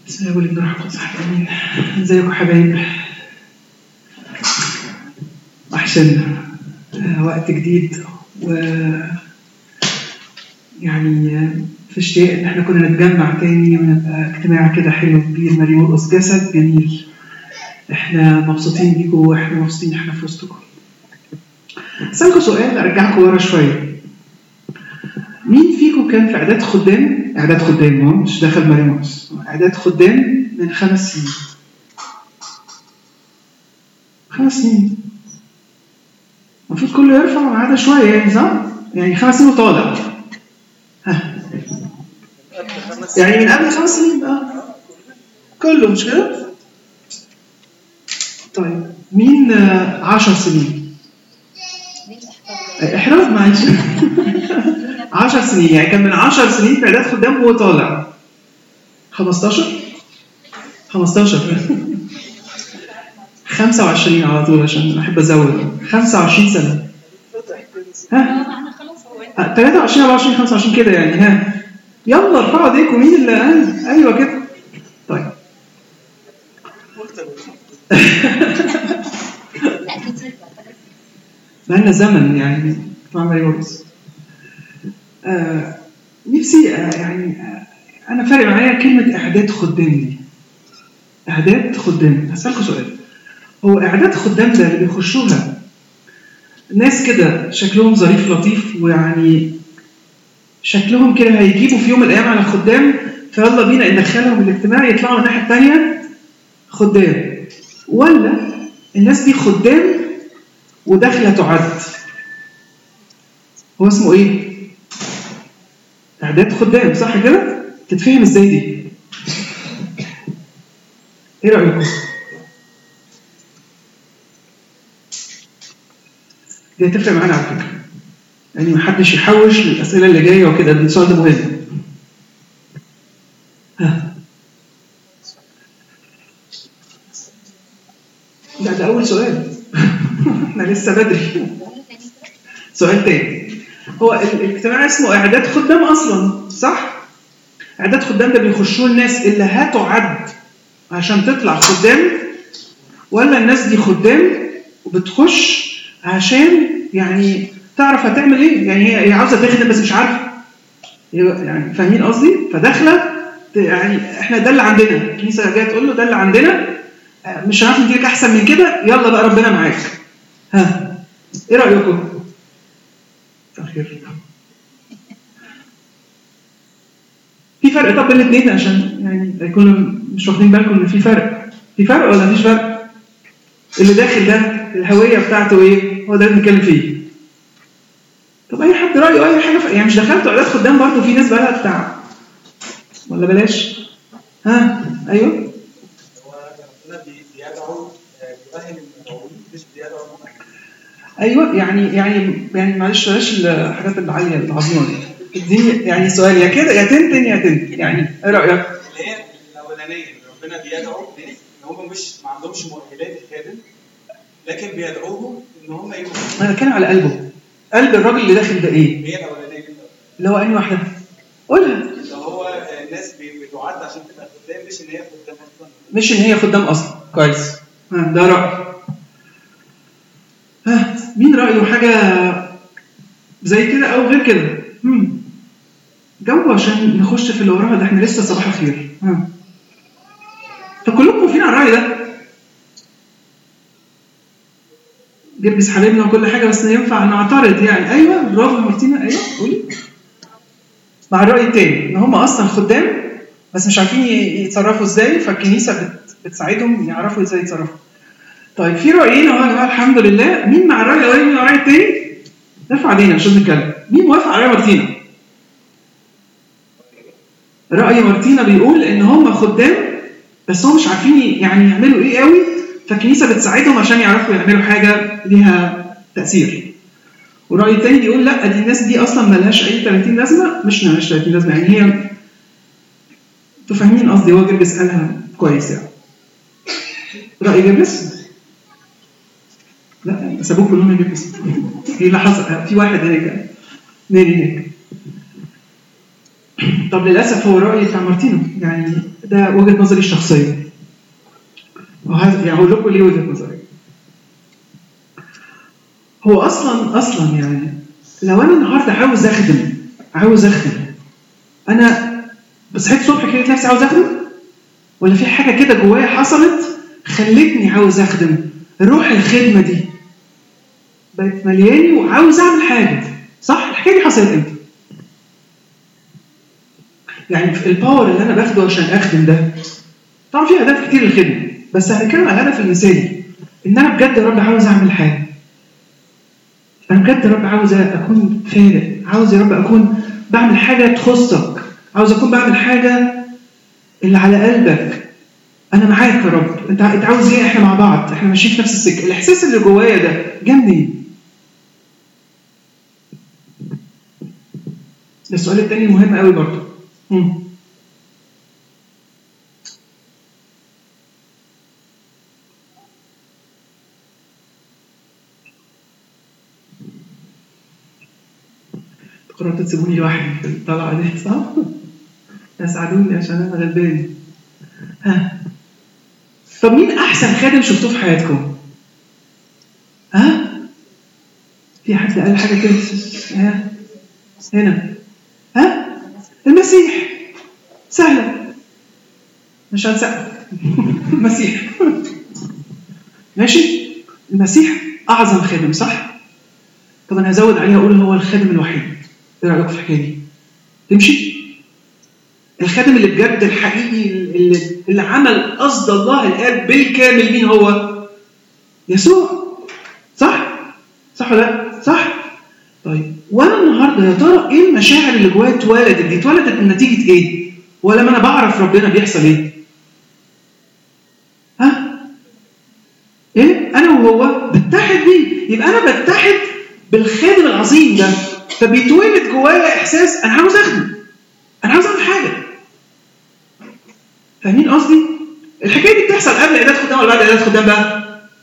بسم الله والابن والروح القدس امين. ازيكم حبايب؟ وحشنا وقت جديد، و يعني في اشتياق ان احنا كنا نتجمع تاني ونبقى اجتماع كده حلو كبير مليون مرقص جسد جميل. احنا مبسوطين بيكم واحنا مبسوطين احنا في وسطكم. اسالكم سؤال ارجعكم ورا شويه. مين فيكم كان في اعداد خدام؟ اعداد خدام مش داخل مريموس، اعداد خدام من 5 سنين. 5 سنين المفروض كله يرفع ما عدا شويه، يعني صح؟ يعني 5 سنين وطالع. يعني من قبل 5 سنين كله، مش كده؟ طيب مين 10 سنين؟ احراج معلش. 10 سنين يعني كان من 10 سنين في اعداد خدام وهو طالع. 15 25 على طول عشان احب ازود. 25 سنه. 23 24 25 كده يعني. يلا ارفعوا ايديكم. مين اللي ايوه كده. طيب بقالنا زمن يعني طبعا يورس. نفسي يعني انا فارق معايا كلمه اعداد خدام دي. اعداد خدام. هسألكم سؤال. هو اعداد خدام ده اللي بيخشوها ناس كده شكلهم ظريف لطيف، ويعني شكلهم كده هيجيبوا في يوم من الايام على خدام، فيلا بينا ندخلهم الاجتماع يطلعوا الناحيه الثانيه خدام، ولا الناس دي خدام وداخله تعد؟ هو اسمه ايه؟ اعداد خدام، صح كده؟ تتفهم ازاي دي؟ ايه رايكم؟ دي هتفرق معانا على فكره، يعني محدش يحوش للاسئله اللي جايه وكده، السؤال ده مهم. ده اول سؤال. احنا لسه بدري. سؤال تاني. هو الاجتماع اسمه اعداد خدام اصلا، صح؟ اعداد خدام ده بيخشوا الناس اللي هتعد عشان تطلع خدام، ولا الناس دي خدام وبتخش عشان يعني تعرف هتعمل ايه؟ يعني هي عاوزه تخدم بس مش عارفه. يعني فاهمين قصدي؟ فداخله يعني احنا ده اللي عندنا، الكنيسه جايه تقول له ده اللي عندنا، مش هنعرف نديك احسن من كده، يلا بقى ربنا معاك. ايه رايكم؟ خير. في فرق طب بين الاثنين عشان يعني يكونوا مش واخدين بالكم ان في فرق ولا مفيش فرق؟ اللي داخل ده الهويه بتاعته ايه؟ هو ده اللي بنتكلم فيه. طب اي حد رايه اي حاجه يعني مش دخلتوا اعداد خدام برضه في ناس بقى بتاع ولا بلاش؟ ايوه. هو ربنا بيدعو يفهم الموجود مش بيدعو. ايوه يعني معلش بلاش الحاجات العاليه العظيمه دي يعني سؤال يا كده يا تنتن يعني ايه رايك؟ اللي هي الاولانيه ربنا بيدعو ان هم مش ما عندهمش مؤهلات الخادم، لكن بيدعوهم ان هم يبقوا. انا بتكلم على قلب الراجل اللي داخل ده ايه؟ هي الاولانيه اللي هو انهي واحده؟ قولها. اللي هو الناس بتعد عشان تبقى خدام، مش ان هي خدام اصلا. مش ان هي خدام اصلا. كويس. ده راي. مين رايه حاجه زي كده او غير كده؟ جاوبوا عشان نخش في اللي وراها ده، احنا لسه صباح الخير. فكلكم موافقين على الراي ده؟ جبس حبيبنا وكل حاجه، بس ينفع نعترض يعني. ايوه برافو مارتينا. ايوه قولي. مع الراي الثاني ان هم اصلا خدام بس مش عارفين يتصرفوا ازاي، فالكنيسه بتساعدهم يعرفوا ازاي يتصرفوا. طيب في رايين اهو يا جماعه الحمد لله. مين مع الراي الاولاني ومين مع الراي الثاني؟ ارفع ايدينا عشان نتكلم. مين موافق على راي مارتينا؟ راي مارتينا بيقول ان هم خدام بس هم مش عارفين يعني يعملوا ايه قوي، فالكنيسه بتساعدهم عشان يعرفوا يعملوا حاجه ليها تاثير. والراي الثاني بيقول لا، دي الناس دي اصلا مالهاش اي 30 لازمه. مش 30 لازمه يعني هي. انتوا فاهمين قصدي؟ هو جرجس قالها كويس يعني. راي جرجس؟ لا سابوه كلهم جرجس. ايه اللي حصل؟ في واحد هناك نادي هناك. طب للاسف هو رايي بتاع مارتينو، يعني ده وجهه نظري الشخصيه، يعني هقول لكم ليه وجهه نظري. هو اصلا يعني لو انا النهارده عاوز اخدم، انا صحيت الصبح كده لقيت نفسي عاوز اخدم، ولا في حاجه كده جوايا حصلت خلتني عاوز اخدم؟ روح الخدمه دي بقت ملياني وعاوز اعمل حاجه، صح؟ الحكايه دي حصلت امتى؟ يعني الباور اللي انا باخده عشان اخدم ده، طبعا في اهداف كتير للخدمه، بس هنتكلم على الهدف المثالي، ان انا بجد يا رب عاوز اعمل حاجه، انا بجد يا رب عاوز اكون فارق، عاوز يا رب اكون بعمل حاجه تخصك، عاوز اكون بعمل حاجه اللي على قلبك، انا معاك يا رب، انت عاوز ايه؟ احنا مع بعض، احنا ماشيين في نفس السكه. الاحساس اللي جوايا ده جه منين؟ السؤال الثاني مهم قوي برضه. قررتوا تسيبوني لوحدي في الطلعه دي، صح؟ اساعدوني عشان انا غلبان. ها، طب مين احسن خادم شفتوه في حياتكم؟ ها؟ في حد قال حاجه كده؟ ها هنا، ها؟ المسيح. سهله، مش هنسقف. المسيح. ماشي، المسيح اعظم خادم، صح؟ طب انا هزود عليها اقول هو الخادم الوحيد. ايه رايكم في الحكايه دي؟ تمشي؟ الخادم اللي بجد الحقيقي اللي عمل قصد الله الآب بالكامل، مين هو؟ يسوع، صح؟ صح ولا لا؟ صح؟ طيب وانا النهارده يا ترى ايه المشاعر اللي جوايا اتولدت دي؟ اتولدت من نتيجه ايه؟ ولا ما انا بعرف ربنا بيحصل ايه؟ ها؟ ايه؟ انا وهو بتحد بيه، يبقى انا بتحد بالخادم العظيم ده، فبيتولد جوايا احساس انا عاوز اخدم، انا عاوز اعمل حاجه. فاهمين قصدي؟ الحكايه دي بتحصل قبل اعداد خدام ولا بعد اعداد خدام بقى؟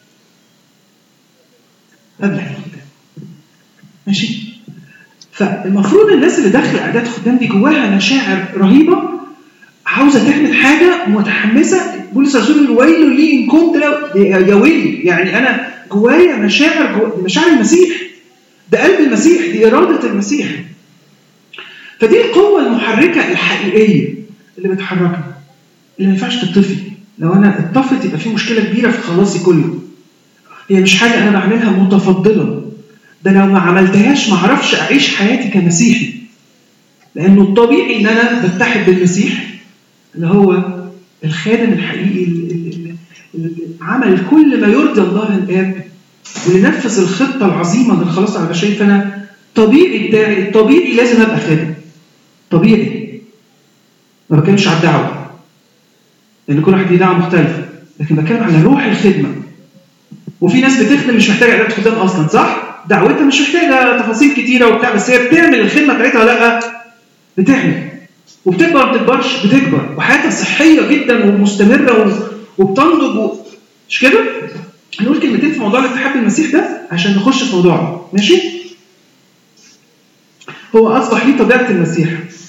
قبل اعداد خدام. ماشي؟ فالمفروض الناس اللي داخله اعداد خدام دي جواها مشاعر رهيبه، عاوزه تعمل حاجه، متحمسه. بولس الرسول ويل لي ان كنت يا ويلي، يعني انا جوايا مشاعر المسيح، ده قلب المسيح، دي اراده المسيح. فدي القوه المحركه الحقيقيه اللي بتحركنا، اللي ما ينفعش تطفي. لو انا اتطفت يبقى في مشكله كبيره في خلاصي كله. هي مش حاجه انا بعملها متفضلا، ده لو ما عملتهاش ما اعرفش اعيش حياتي كمسيحي، لانه الطبيعي ان انا بتحد بالمسيح اللي هو الخادم الحقيقي اللي عمل كل ما يرضي الله الآب، واللي نفذ الخطه العظيمه للخلاص على البشريه. فانا الطبيعي لازم ابقى خادم طبيعي. ما بتكلمش على الدعوه، لأن كل واحد ليه دعوة مختلفة، لكن بتكلم على روح الخدمة. وفي ناس بتخدم مش محتاجة إعداد خدام أصلاً، صح؟ دعوتها مش محتاجة تفاصيل كتيرة وبتاع، بس هي بتعمل الخدمة بتاعتها ولا لأ؟ بتعمل، وبتكبر ما بتكبرش، بتكبر، وحياتها صحية جداً ومستمرة وبتنضج مش كده؟ هنقول كلمتين في موضوع الاتحاد بالمسيح ده عشان نخش في موضوعنا، ماشي؟ هو أصبح ليه طبيعة المسيح،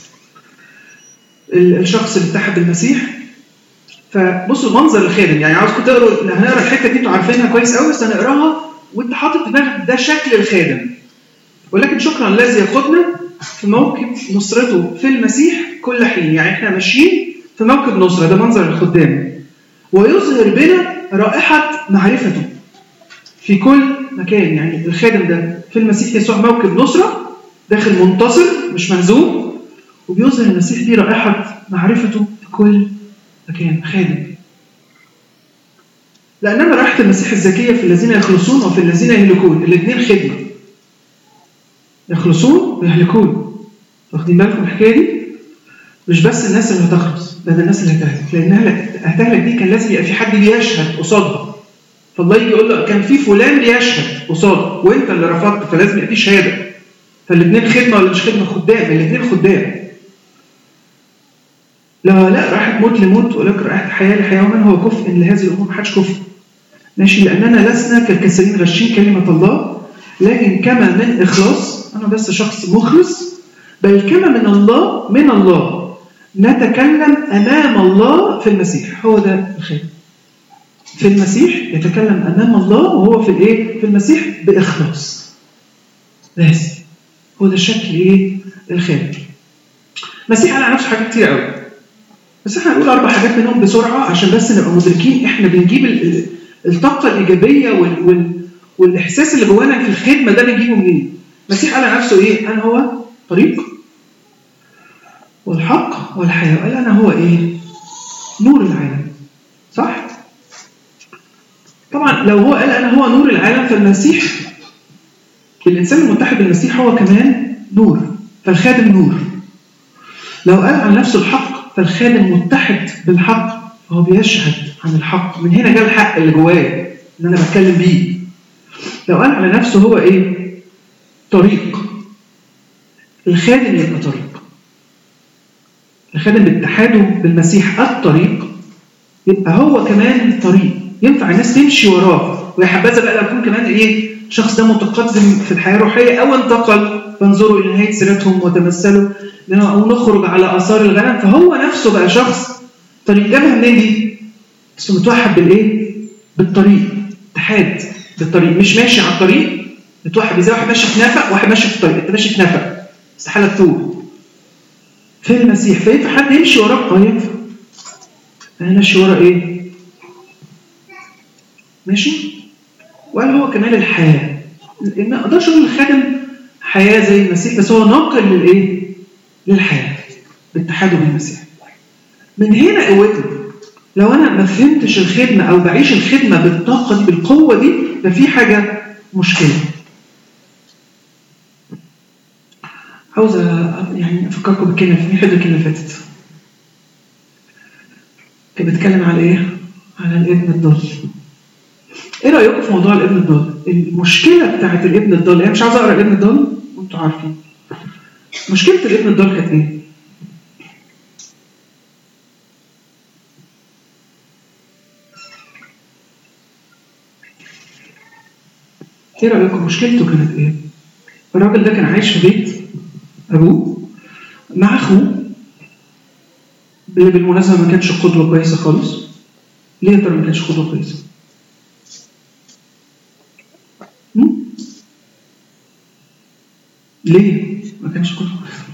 الشخص اللي اتحد بالمسيح. فبصوا منظر الخادم، يعني عاوزكم تقروا، هنقرا الحته دي انتوا عارفينها كويس قوي، بس هنقراها وانت حاطط في دماغك ده شكل الخادم. ولكن شكرا الذي يقودنا في موكب نصرته في المسيح كل حين، يعني احنا ماشيين في موكب نصره، ده منظر الخدام. ويظهر بنا رائحه معرفته في كل مكان، يعني الخادم ده في المسيح يسوع موكب نصره، داخل منتصر مش مهزوم، وبيظهر المسيح دي رائحه معرفته في كل مكان. خادم، لأنما رائحة المسيح الزكية في الذين يخلصون وفي الذين يهلكون، الاثنين خدمة، يخلصون ويهلكون. واخدين بالكم الحكاية دي؟ مش بس الناس اللي هتخلص، ده الناس اللي هتهلك، لأنها هتهلك دي كان لازم يبقى في حد بيشهد قصادها، فالله يجي يقول له كان في فلان بيشهد قصادك وانت اللي رفضت، فلازم يبقى في شهادة. فالاثنين خدمة ولا مش خدمة؟ خدام، الاثنين خدام. لا راحت موت لموت، ولكن راحت حياة لحياة، ومن هو كفء لهذه الأمور؟ محدش كفء، ماشي؟ لأننا لسنا كالكثيرين غشين كلمة الله، لكن كما من إخلاص، أنا بس شخص مخلص بل كما من الله نتكلم أمام الله في المسيح. هو ده الخادم في المسيح، يتكلم أمام الله وهو في الإيه؟ في المسيح بإخلاص. لازم هو ده شكل إيه؟ الخادم. المسيح قال على نفسه حاجات كتير قوي، بس احنا هنقول 4 حاجات منهم بسرعة عشان بس نبقى مدركين احنا بنجيب الطاقة الإيجابية والإحساس اللي جوانا في الخدمة ده بنجيبه منين. المسيح قال على نفسه إيه؟ أنا هو طريق والحق والحياة. قال أنا هو إيه؟ نور العالم. صح؟ طبعا لو هو قال أنا هو نور العالم، فالمسيح الإنسان المتحد بالمسيح هو كمان نور، فالخادم نور. لو قال عن نفسه الحق، فالخادم متحد بالحق فهو بيشهد عن الحق. من هنا جاء الحق اللي جوايا اللي أنا بتكلم بيه. لو قال على نفسه هو إيه؟ طريق، الخادم يبقى طريق. الخادم باتحاده بالمسيح الطريق يبقى هو كمان طريق ينفع الناس تمشي وراه. ويا حبذا بقى لو يكون كمان ايه؟ الشخص ده متقدم في الحياه الروحيه او انتقل، فانظروا الى نهايه سيرتهم وتمثلوا لنا، او نخرج على اثار الغنم. فهو نفسه بقى شخص طريق. جابها منين دي؟ بس متوحد بالايه؟ بالطريق، اتحاد بالطريق، مش ماشي على الطريق. متوحد زي واحد ماشي في نفق وواحد ماشي في الطريق. انت ماشي في نفق استحاله تتوه. في المسيح فينفع حد يمشي وراك؟ ينفع. انا ماشي ورا ايه؟ ماشي. وقال هو كمان الحياه. ان ما اقدرش اقول الخادم حياه زي المسيح، بس هو ناقل للايه؟ للحياه باتحاده بالمسيح. من هنا قوته. لو انا ما فهمتش الخدمه او بعيش الخدمه بالطاقه دي بالقوه دي، ففي حاجه مشكله. عاوز يعني افكركم بالكلمه في حته الكلمه اللي فاتت. كنت بتكلم على ايه؟ على الابن الضال. ايه رايكم في موضوع الابن الضال؟ المشكله بتاعت الابن الضال، انا مش عاوز اقرا الابن الضال وانتوا عارفين. مشكله الابن الضال كانت ايه؟ ايه رايكم مشكلته كانت ايه؟ الراجل ده كان عايش في بيت ابوه مع اخوه، اللي بالمناسبه ما كانش قدوه كويسه خالص. ليه يا ترى ما كانش قدوه كويسه؟ ليه ما كانش قدوه كويسه؟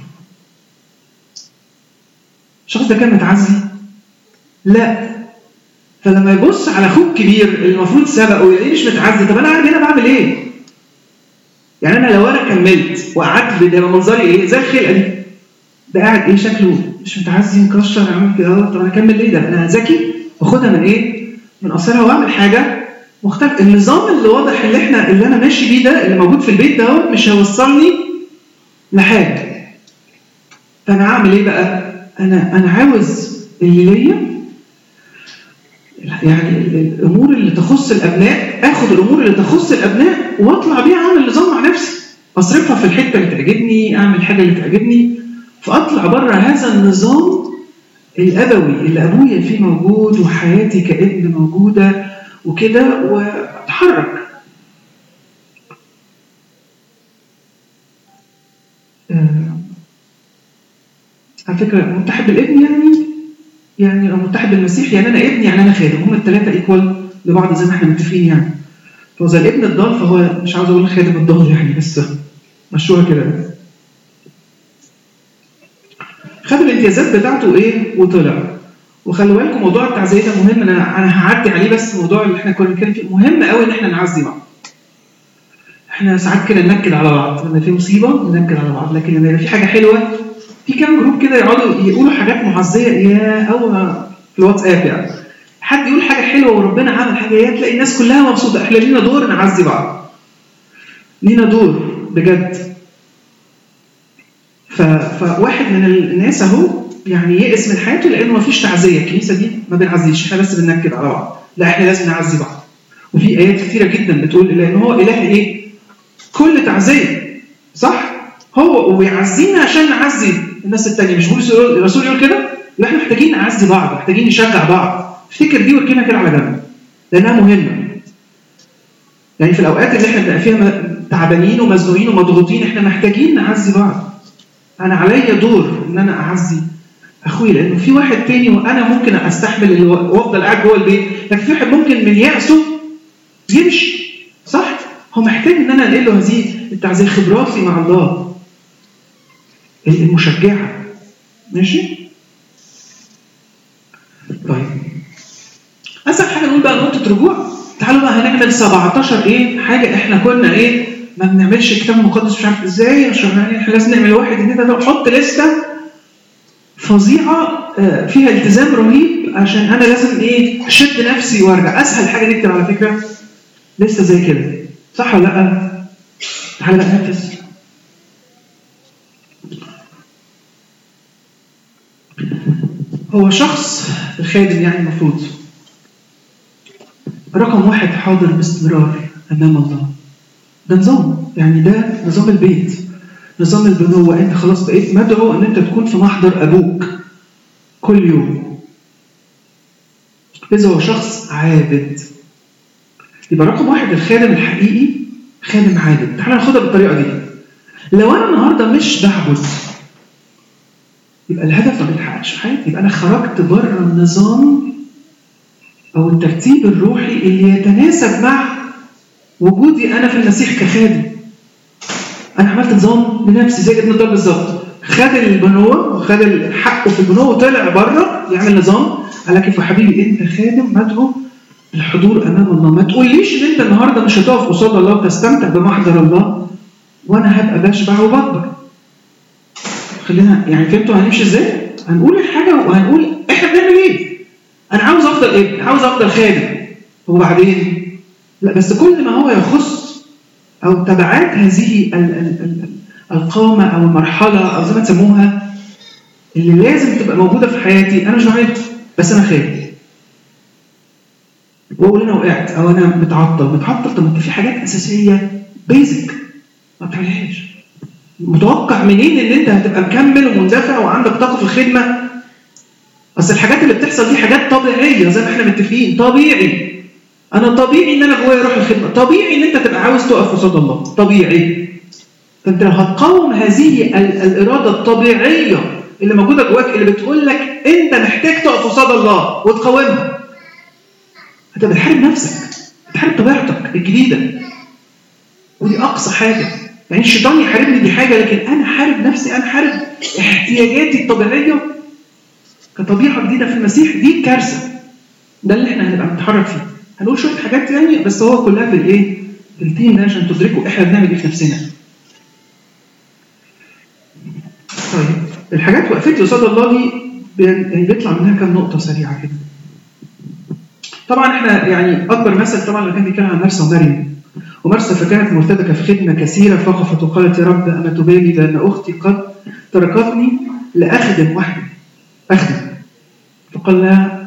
الشخص ده كان متعزي؟ لا. فلما يبص على اخوه الكبير اللي المفروض سبقه ويلاقيه مش متعزي، طب انا قاعد هنا بعمل ايه؟ يعني انا لو انا كملت وقعدت ده منظري ايه؟ زي الخلقه دي. ده قاعد ايه شكله؟ مش متعزي مكشر عامل كده. طب انا اكمل ليه؟ ده انا ذكي واخدها من ايه؟ من اثرها واعمل حاجه مختلفه. النظام اللي واضح اللي انا ماشي بيه ده اللي موجود في البيت ده مش هيوصلني لحاجه. فانا اعمل ايه بقى؟ انا عاوز اللي ليا، يعني الامور اللي تخص الابناء، اخد الامور اللي تخص الابناء واطلع بيها اعمل نظام مع نفسي، اصرفها في الحته اللي تعجبني، اعمل الحاجه اللي تعجبني، فاطلع بره هذا النظام الابوي اللي ابويا فيه موجود وحياتي كابن موجوده وكده، واتحرك. على فكره متحد بالابن يعني لو متحد بالمسيح يعني انا ابن، يعني انا خادم. هم الثلاثه ايكوال لبعض زي ما احنا متفقين. يعني فاذا الابن الضال فهو مش عاوز اقول خادم الضال يعني، بس مشوها كده. خد الامتيازات بتاعته ايه وطلع. وخلوا بالكم موضوع التعزيه ده مهم. انا هعدي عليه، بس الموضوع اللي احنا كنا بنتكلم فيه مهم قوي ان احنا نعزي بعض. احنا ساعات كده ننكد على بعض لما في مصيبه، ننكد على بعض، لكن لما يبقى في حاجه حلوه، في كام جروب كده يقعدوا يقولوا حاجات معزيه يا اول في الواتساب، يعني حد يقول حاجه حلوه وربنا عمل حاجه، يا تلاقي الناس كلها مبسوطه. احنا لينا دور نعزي بعض، لينا دور بجد. فواحد من الناس اهو يعني يئس من حياته لانه ما فيش تعزيه. الكنيسه دي ما بنعزيش، احنا بس بننكد على بعض. لا، احنا لازم نعزي بعض. وفي ايات كثيره جدا بتقول لان هو اله ايه؟ كل تعزيه. صح؟ هو ويعزينا عشان نعزي الناس التانية. مش بقول الرسول يقول كده؟ لا، احنا محتاجين نعزي بعض، محتاجين نشجع بعض. افتكر دي واركنها كده على جنب لانها مهمه. يعني في الاوقات اللي احنا بنبقى فيها تعبانين ومزنوقين ومضغوطين، احنا محتاجين نعزي بعض. انا عليا دور ان انا اعزي اخوي، لانه في واحد تاني وانا ممكن استحمل وافضل قاعد جوه البيت، لكن في واحد ممكن من يأسه يمشي. صح؟ هو محتاج ان انا انقل له هذه التعزيه، خبراتي مع الله المشجعه. ماشي؟ طيب اسهل حاجه نقول بقى نقطه رجوع. تعالوا بقى هنعمل 17 حاجه احنا كنا ما بنعملش الكتاب المقدس مش عارف ازاي، مش عارف احنا لازم نعمل 1 2 3 نحط لسته فظيعه فيها التزام رهيب عشان انا لازم اشد نفسي وارجع. اسهل حاجه نكتب على فكره لسه زي كده، صح ولا لا؟ تعالى بقى ننفذ. هو شخص الخادم المفروض رقم 1 حاضر باستمرار امام الله. ده نظام، ده نظام البيت، نظام البنوة. انت خلاص بقيت مدعو ان انت تكون في محضر ابوك كل يوم. اذا هو شخص عابد يبقى رقم 1 الخادم الحقيقي خادم عابد. تعالى ناخدها بالطريقه دي. لو انا النهارده مش بعبد يبقى الهدف ما بيتحققش في حياتي، يبقى انا خرجت بره النظام او الترتيب الروحي اللي يتناسب مع وجودي انا في المسيح كخادم. انا عملت نظام لنفسي زي ابن الضال بالظبط، خد البنوه وخد حقه في البنوه وطلع بره يعمل نظام. قال لك يا حبيبي انت خادم مدعو الحضور امام الله. ما تقوليش ان انت النهارده مش هتقف قصاد الله وتستمتع بمحضر الله وانا هبقى بشبع وبكبر. خلينا فهمتوا هنمشي ازاي؟ هنقول الحاجه وهنقول احنا بنعمل ايه. انا عاوز افضل ابن، عاوز افضل خادم، وبعدين لا، بس كل ما هو يخص او تبعات هذه القامه او المرحله او زي ما تسموها اللي لازم تبقى موجوده في حياتي، انا مش بعملها بس انا خايف. واقول انا وقعت او انا متعطل. طب انت في حاجات اساسيه بيزك ما بتعملهاش. متوقع منين ان انت هتبقى مكمل ومندفع وعندك طاقه في الخدمه؟ اصل الحاجات اللي بتحصل دي حاجات طبيعيه زي ما احنا متفقين. طبيعي انا طبيعي ان انا جوايا روح الخدمه، طبيعي ان انت تبقى عاوز تقف قصاد الله، طبيعي. فانت لو هتقاوم هذه الاراده الطبيعيه اللي موجوده جواك اللي بتقول لك انت محتاج تقف قصاد الله وتقاومها، انت بتحارب نفسك، بتحارب طبيعتك الجديده. ودي اقصى حاجه. الشيطان يحاربني دي حاجه، لكن انا حارب نفسي، انا حارب احتياجاتي الطبيعيه كطبيعه جديده في المسيح. دي كارثه. ده اللي احنا هنبقى بنتحرك فيه. هنقول شويه حاجات بس هو كلها بالتيم ده عشان تدركوا احنا بنعمل ايه في نفسنا. طيب الحاجات وقفتي قصاد الله دي بيطلع منها كام نقطه سريعه كده. طبعا احنا اكبر مثل طبعا اللي كان بيتكلم عن مرسى ومريم. ومرسى فكانت مرتبكه في خدمه كثيره، فوقفت وقالت يا رب اما تبالي بان اختي قد تركتني لاخدم وحدي اخدم. فقال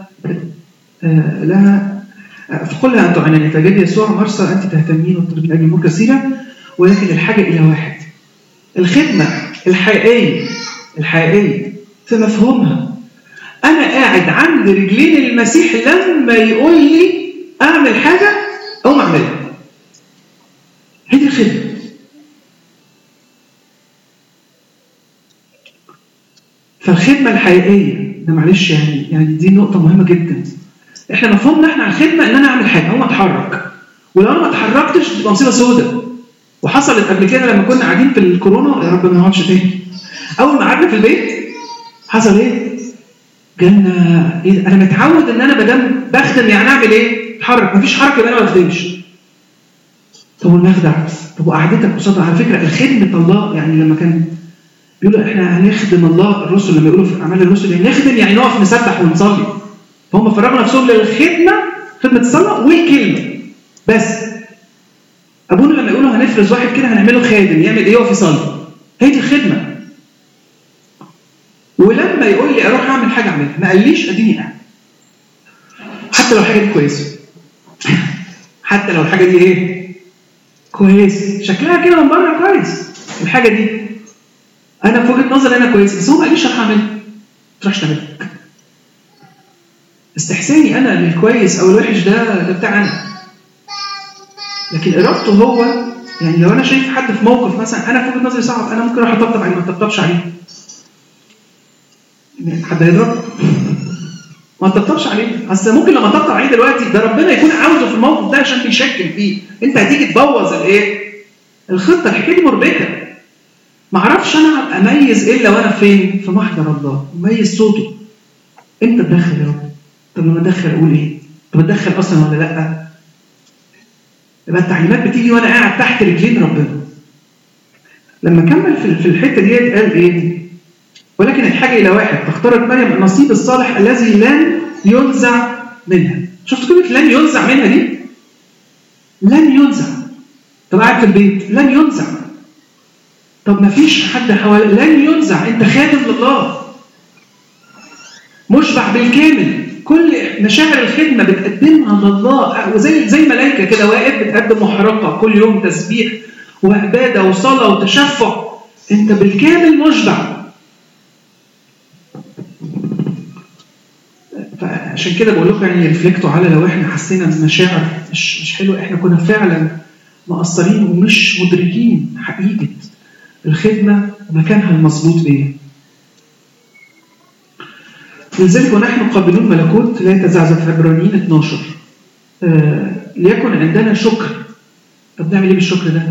لها فقل لها أن تعنني. فجاء يسوع مرسى أنت تهتمين وتطلبين أجل أمور كثيرة ولكن الحاجة إلى واحد. الخدمة الحقيقية في مفهومها أنا قاعد عند رجلين المسيح لما يقول لي أعمل حاجة أو ما أعملها. هذه الخدمة. فالخدمة الحقيقية ده معلش دي نقطة مهمة جدا. احنا مفهومنا احنا على الخدمه ان انا اعمل حاجه او ما اتحرك، ولو انا ما اتحركتش تبقى مصيبه سوداء. وحصلت قبل كده لما كنا قاعدين في الكورونا، يا رب ما نقعدش تاني. اول ما قعدنا في البيت حصل جالنا انا متعود ان انا بدام بخدم اعمل اتحرك. مفيش حركه يبقى انا ما بخدمش. طب والمخدع، طب وقعدتك قصاد على فكره الخدمه الله. لما كان بيقولوا احنا هنخدم الله، الرسل لما يقولوا في اعمال الرسل نخدم نقف نسبح ونصلي. فهم فرغوا نفسهم للخدمة، خدمة الصلاة والكلمة بس. أبونا لما يقولوا هنفرز واحد كده هنعمله خادم يعمل يقف يصلي، هي دي الخدمة. ولما يقول لي أروح أعمل حاجة أعملها، ما قاليش أديني أعمل حتى لو الحاجة دي كويسة. حتى لو الحاجة دي كويس، شكلها كده من بره كويس، الحاجة دي أنا في وجهة نظري أنا كويس، بس هو ما قاليش أعمل تروحش تعملها. استحساني أنا للكويس أو الوحش ده بتاع أنا، لكن إرادته هو. لو أنا شايف حد في موقف مثلا أنا في وجهة نظري صعب، أنا ممكن أروح أطبطب عليه ما أطبطبش عليه. حد هيضرب؟ ما تطبطبش عليه. اصل ممكن لما تطبطب عليه دلوقتي ده ربنا يكون عاوزه في الموقف ده عشان بيشكل فيه، انت هتيجي تبوظ الخطه. الحكايه دي مربكه. ما اعرفش انا اميز الا وانا فين؟ في محضر الله، اميز صوته. انت تدخل يا رب. طب لما ادخل اقول ايه؟ طب اتدخل اصلا ولا لا؟ يبقى التعليمات بتيجي وانا قاعد تحت رجلين ربنا. لما كمل في الحته دي قال ايه؟ ولكن الحاجه الى واحد، اختارت مريم النصيب الصالح الذي لن ينزع منها. شفت كلمه لن ينزع منها دي؟ لن ينزع. طب قاعد في البيت لن ينزع. طب ما فيش حد حواليك لن ينزع. انت خادم لله مشبع بالكامل. كل مشاعر الخدمه بتقدمها لله، وزي ملائكه كده واقف بتقدم محرقه كل يوم، تسبيح وعباده وصلاه وتشفع. انت بالكامل مشبع. فعشان كده بقول لكم يعني ريفلكتوا على لو احنا حسينا بمشاعر مش حلوه، احنا كنا فعلا مقصرين ومش مدركين حقيقه الخدمه ومكانها المظبوط ايه. لذلك ونحن قابلون ملكوت لا يتزعزع في عبرانيين 12 ليكن عندنا شكر. طب نعمل ايه بالشكر ده؟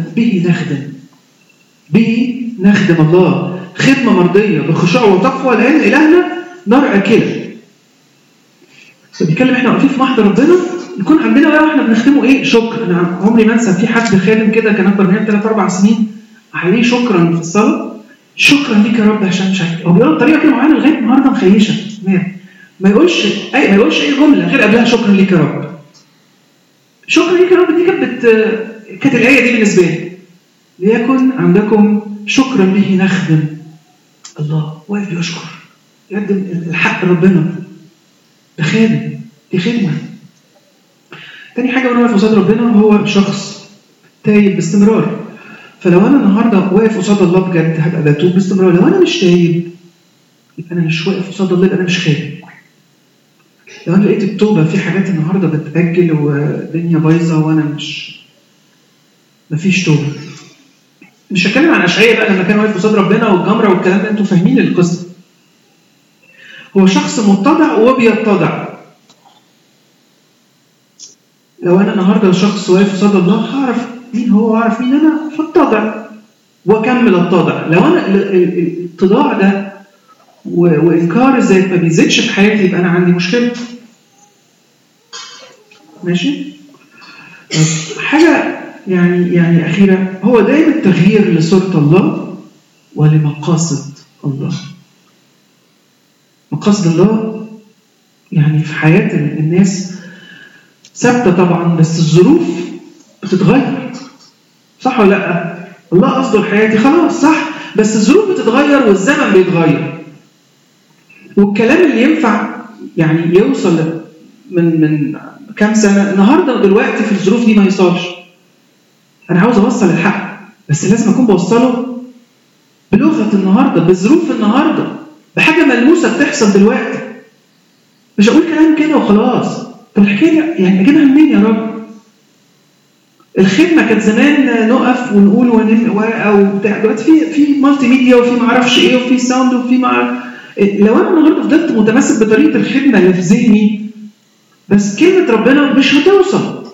به نخدم الله خدمه مرضيه بخشوع وتقوى، لان الهنا نار اكله. فبيتكلم احنا واقفين في محضر ربنا يكون عندنا بقى واحنا بنخدمه ايه؟ شكر. انا عمري ما انسى في حد خادم كده كان اكبر مني 3-4 سنين عليه شكرا في الصلاه. شكرا ليك يا رب عشان شكرا. هو بيقول بطريقه كده معينه لغايه النهارده مخيشه. ما يقولش اي جمله غير قبلها شكرا ليك يا رب. شكرا ليك يا رب دي كانت الايه دي بالنسبه لي. ليكن عندكم شكرا به نخدم الله. واقف بيشكر يقدم الحق ربنا. ده خادم، دي خدمه. تاني حاجه وانا واقف قصاد ربنا هو شخص تايب باستمرار. فلو انا النهارده واقف قصاد الله بجد هبقى بتوب باستمرار. لو انا مش تايب يبقى انا مش واقف قصاد الله، يبقى انا مش خادم. لو انا لقيت التوبه في حاجات النهارده بتاجل والدنيا بايظه وانا مفيش توبه. مش هتكلم عن اشعياء بقى لما كان واقف قصاد ربنا والجمره والكلام ده، انتوا فاهمين القصه. هو شخص متضع وبيتضع. لو انا النهارده شخص واقف قصاد الله هعرف مين هو واعرف مين انا، فاتضع واكمل اتضع. لو انا الاتضاع ده وانكار الذات ما بيزيدش في حياتي يبقى انا عندي مشكله. ماشي. حاجه يعني اخيره، هو دايما التغيير لصوره الله ولمقاصد الله. مقاصد الله يعني في حياه الناس ثابته طبعا، بس الظروف بتتغير. صح ولا لا؟ الله قصده لحياتي خلاص صح، بس الظروف بتتغير والزمن بيتغير. والكلام اللي ينفع يعني يوصل من كام سنه النهارده دلوقتي في الظروف دي ما يوصلش. انا عاوز اوصل الحق بس لازم اكون بوصله بلغه النهارده، بظروف النهارده، بحاجه ملموسه بتحصل دلوقتي. مش هقول كلام كده وخلاص. طب الحكايه يعني اجيبها منين يا رب؟ الخدمه كانت زمان نقف ونقول او بتاع. دلوقتي في مالتي ميديا وفي ما اعرفش ايه وفي ساوند وفي لو انا النهارده فضلت متمسك بطريقه الخدمه اللي في ذهني بس كلمه ربنا مش هتوصل.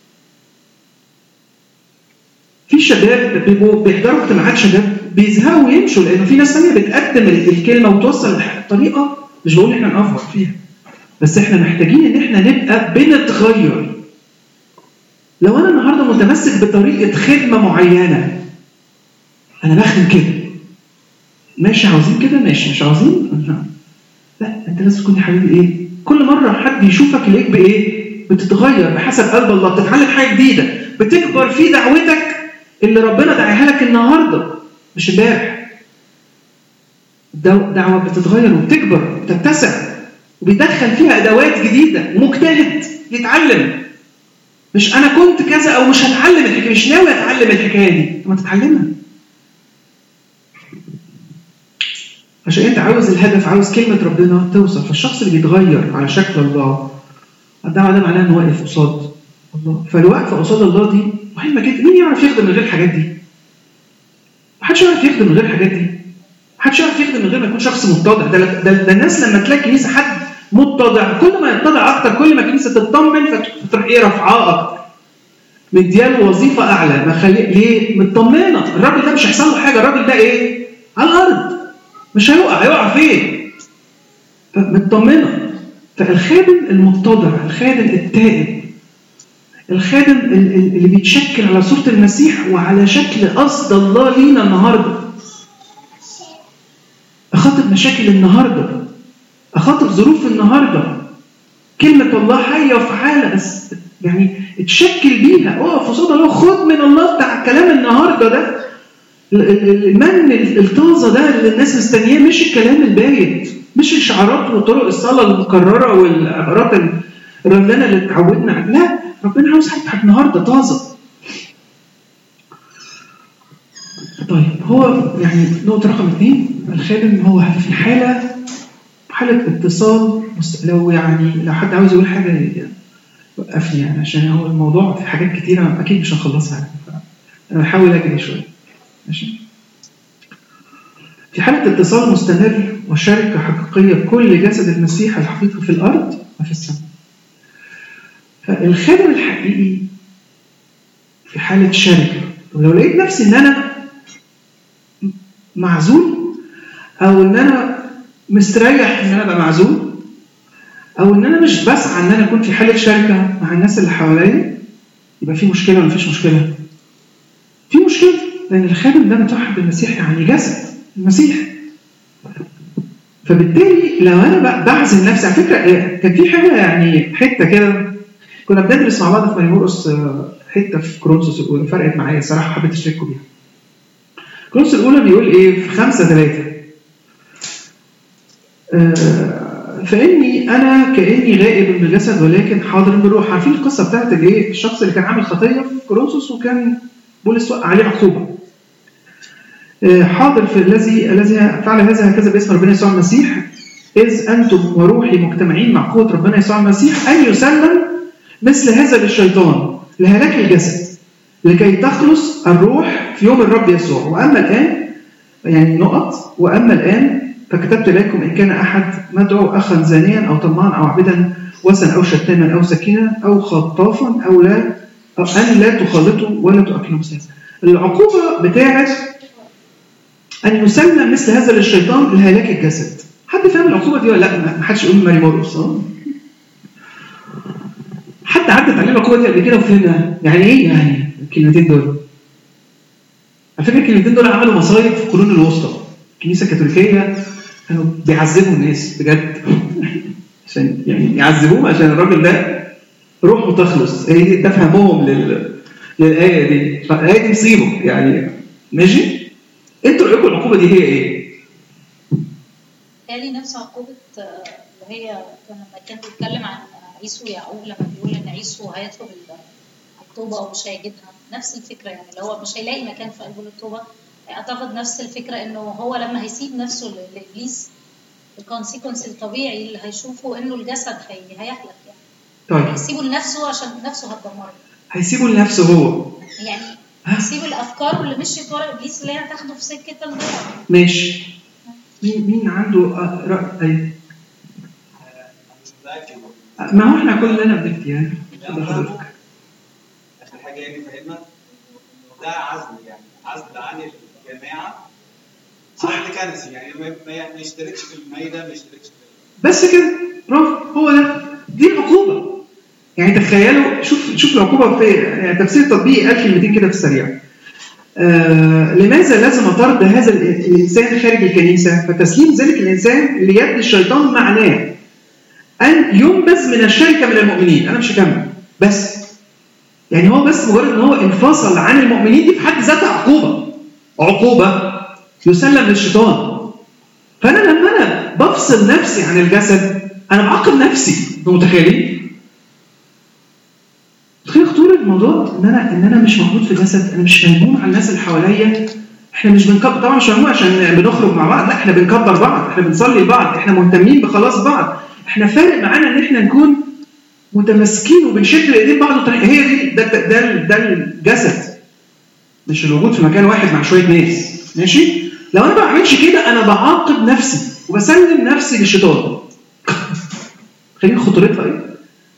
في شباب بيحضروا اجتماعات شباب بيزهقوا ويمشوا لانه في ناس ثانيه بتقدم الكلمه وتوصل الطريقه. مش بقول احنا نقفر فيها، بس احنا محتاجين ان احنا نبقى بنتغير. لو انا النهارده متمسك بطريقه خدمه معينه، انا بخدم كده ماشي، عاوزين كده ماشي، مش عاوزين لا. انت لازم تكون يا حبيبي ايه؟ كل مره حد يشوفك ليك بايه؟ بتتغير بحسب قلب الله، بتتعلم حاجه جديده، بتكبر في دعوتك اللي ربنا دعاها لك النهارده مش امبارح. دعوه بتتغير وبتكبر وبتتسع وبيدخل فيها ادوات جديده ومجتهد يتعلم. مش انا كنت كذا او مش هتعلم الحكايه، مش ناوي اتعلم الحكايه دي، ما تتعلمها عشان انت عاوز الهدف، عاوز كلمه ربنا توصل. فالشخص اللي بيتغير على شكل الله ده معناه انه واقف قصاد الله. فالوقفه قصاد الله دي مهمه جدا. مين يعرف يخدم من غير الحاجات دي؟ محدش يعرف يخدم من غير الحاجات دي. محدش يعرف يخدم من غير ما يكون شخص متضع. ده الناس لما تلاقي كنيسه حد متضع، كل ما يتضع اكتر كل ما الكنيسه تطمن، فتروح رافعاه اكتر، مدياله وظيفه اعلى، ما خليه ليه مطمنه. الراجل ده مش هيحصل له حاجه، الراجل ده ايه على الارض مش هيقع فين، مطمنه. فالخادم المتضع، الخادم التائب، الخادم اللي بيتشكل على صورة المسيح وعلى شكل قصد الله لينا النهارده، أخاطب مشاكل النهارده، أخاطب ظروف النهارده. كلمة الله حية وفعالة، بس يعني اتشكل بيها، اقف قصاد الله، خد من الله بتاع الكلام النهارده ده، المن الطازة ده اللي الناس مستنياه، مش الكلام البايت، مش الشعارات وطرق الصلاة المكررة والعبارات الرنانة اللي اتعودنا عليها. لا، ربنا عاوز حاجة النهارده طازة. طيب، هو يعني نقطة رقم 2، الخادم هو في حالة اتصال. لو حد عاوز يقول حاجة وقفني يعني، عشان هو الموضوع في حاجات كتيرة أكيد مش هنخلصها، أنا بحاول أجري شوية. ماشي. في حالة اتصال مستمر وشركة حقيقية بكل جسد المسيح الحقيقي في الأرض وفي السماء. فالخادم الحقيقي في حالة شركة. ولو لقيت نفسي إن أنا معزول، أو إن أنا مستريح إن أنا أبقى معزول، أو إن أنا مش بسعى إن أنا أكون في حالة شركة مع الناس اللي حواليا، يبقى في مشكلة ولا مفيش مشكلة؟ في مشكلة، لأن الخادم ده متوحد بالمسيح، يعني جسد المسيح. فبالتالي لو أنا بعزل نفسي، على فكرة كان في حاجة يعني حتة كده كنا بندرس مع بعض في مريمورقس، حتة في كورنثوس الأولى فرقت معايا صراحة، حبيت أشارككم بيها. كورنثوس الأولى بيقول إيه في 5:3: فإني أنا كأني غائب بالجسد ولكن حاضر بالروح. عارفين القصة بتاعت الإيه؟ الشخص اللي كان عامل خطية في كورنثوس وكان بولس وقع عليه عقوبة. حاضر في الذي فعل هذا هكذا باسم ربنا يسوع المسيح، إذ أنتم وروحي مجتمعين مع قوة ربنا يسوع المسيح أن يسلم مثل هذا للشيطان لهلاك الجسد لكي تخلص الروح في يوم الرب يسوع. وأما الآن يعني وأما الآن فكتبت لكم إن كان أحد مدعو أخا زانيا أو طمعا أو عبدا وثنا أو شتاما أو سكينا أو خطافا أن لا تخالطوا ولا تؤكلوا مساس. العقوبة بتاعت أن يسلم مثل هذا للشيطان لهلاك الجسد. حد فاهم العقوبة دي ولا لا؟ ما حدش يقول مريمورقس. حتى عدت عليه العقوبة دي قبل كده وفهمها يعني إيه يعني الكلمتين دول. على فكرة الكلمتين دول عملوا مصايب في القرون الوسطى. الكنيسة الكاثوليكية كانوا بيعذبوا الناس بجد عشان يعني يعذبوهم عشان الراجل ده روحه تخلص. هي ده فهمهم للآية دي. فالآية دي مصيبة يعني. ماشي؟ انتوا رأيكم العقوبة دي هي ايه؟ قالي نفس عقوبة اللي هي لما كان بيتكلم عن عيسو ويعقوب، لما بيقول ان عيسو هيطلب التوبة او مش هيجدها. نفس الفكرة يعني، اللي هو مش هيلاقي مكان في قلبه للتوبة. اعتقد نفس الفكرة انه هو لما هيسيب نفسه لإبليس، الكونسيكونس الطبيعي اللي هيشوفه انه الجسد هيهلك يعني. طيب هيسيبه لنفسه عشان نفسه هتدمره. هيسيبه لنفسه هو يعني هيسيب الافكار اللي مشيت ورا ابليس اللي هي هتاخده في سكه الضياع. ماشي. مين عنده رأي؟ ما هو احنا كلنا بنفتي يعني. اخر حاجه يعني فهمنا ده عزل، يعني عزل عن الجماعه، صح كنسي يعني ما يشتركش في الميدان، ما يشتركش بس كده. برافو، هو ده. دي العقوبه. يعني تخيلوا، شوف العقوبه في يعني تفسير تطبيقي 1200 كده في السريع. لماذا لازم طرد هذا الإنسان خارج الكنيسة؟ فتسليم ذلك الإنسان ليد الشيطان معناه أن ينبذ من الشركة من المؤمنين. أنا مش هكمل بس يعني هو بس مجرد أن هو انفصل عن المؤمنين، دي في حد ذاتها عقوبة يسلم للشيطان. فأنا لما أنا بفصل نفسي عن الجسد أنا بعاقب نفسي. متخيلين؟ تخيل خطورة الموضوع ان انا مش موجود في الجسد، انا مش ملموم على الناس اللي حواليا. احنا مش بنكبر طبعا، مش ملموم عشان بنخرج مع بعض، لا احنا بنكبر بعض، احنا بنصلي لبعض، احنا مهتمين بخلاص بعض، احنا فارق معانا ان احنا نكون متماسكين وبنشد ايدين بعض. هي دي ده الجسد، مش الوجود في مكان واحد مع شويه ناس. ماشي؟ لو انا ما بعملش كده انا بعاقب نفسي وبسلم نفسي للشيطان. خلينا خطورتها ايه؟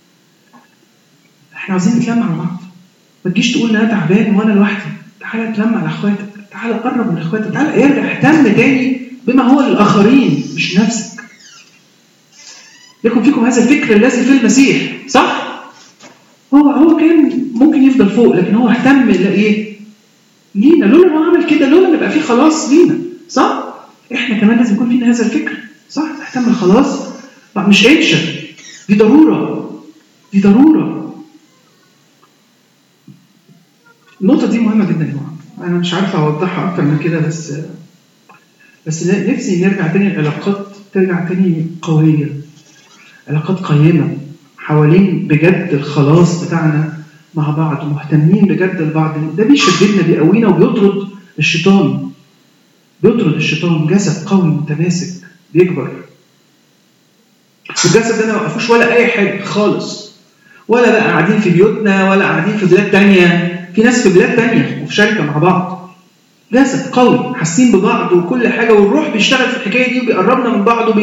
احنا عايزين نتلم على بعض. ما تجيش تقول انا تعبان وانا لوحدي. تعالى اتلم على اخواتك، تعالى قرب من اخواتك، تعالى ارجع اهتم تاني بما هو للاخرين مش نفسك. يكون فيكم هذا الفكر الذي في المسيح، صح؟ هو كان ممكن يفضل فوق، لكن هو اهتم لايه؟ لينا. لولا هو عمل كده، لولا نبقى فيه خلاص لينا، صح؟ احنا كمان لازم يكون فينا هذا الفكر، صح؟ اهتم بالخلاص مش عيشه، دي ضروره، دي ضروره. النقطه دي مهمه جدا يا جماعه. انا مش عارف اوضحها اكتر من كده، بس نفسي نرجع تاني العلاقات ترجع تاني قويه، علاقات قيمه حوالين بجد الخلاص بتاعنا مع بعض ومهتمين بجد لبعض. ده بيشددنا بيقوينا وبيطرد الشيطان. بيطرد الشيطان. جسد قوي متماسك بيكبر. الجسد ده ما وقفوش ولا اي حاجه خالص، ولا بقى قاعدين في بيوتنا ولا قاعدين في بلاد تانية. في ناس في بلاد تانية وفي شركه مع بعض. جسد قوي حاسين ببعض وكل حاجه، والروح بيشتغل في الحكايه دي وبيقربنا من بعض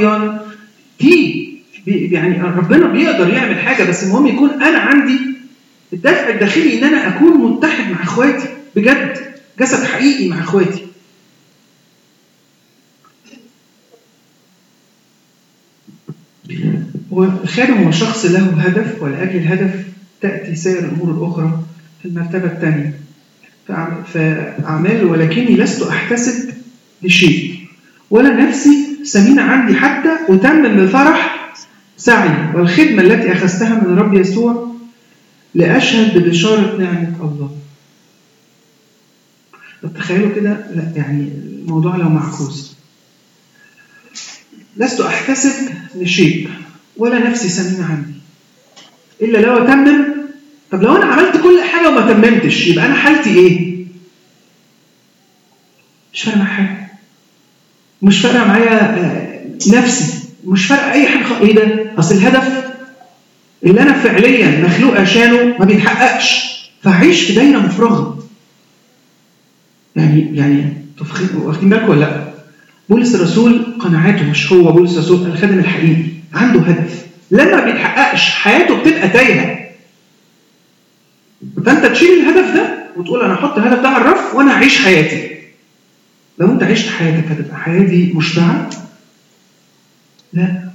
يعني ربنا بيقدر يعمل حاجه، بس المهم يكون انا عندي الدافع الداخلي ان انا اكون متحد مع اخواتي بجد، جسد حقيقي مع اخواتي. والخادم هو شخص له هدف، ولاجل الهدف تاتي سائر الامور الاخرى في المرتبه الثانيه. فاعمال ولكني لست احتسب لشيء ولا نفسي سمين عندي حتى اتمم بفرح سعي والخدمه التي اخذتها من رب يسوع لاشهد ببشاره نعمه الله. طب تخيلوا كده، لا يعني الموضوع لو معكوس. لست احتسب لشيء ولا نفسي سمين عندي الا لو اتمم. طب لو انا عملت كل حاجه وما تممتش يبقى انا حالتي ايه؟ مش فارقه معايا حاجه، مش فارقه معايا نفسي، مش فارقه اي حاجه. ايه ده؟ اصل الهدف اللي انا فعليا مخلوق عشانه ما بيتحققش، فهعيش في دايره مفرغه. يعني واخدين بالكم ولا لا؟ بولس الرسول قناعاته، مش هو بولس الرسول الخادم الحقيقي عنده هدف لما بيتحققش حياته بتبقى تايهه. فانت تشيل الهدف ده وتقول انا احط الهدف ده على الرف وانا اعيش حياتي. لو انت عشت حياتك هتبقى حياتي مشبعه؟ لا،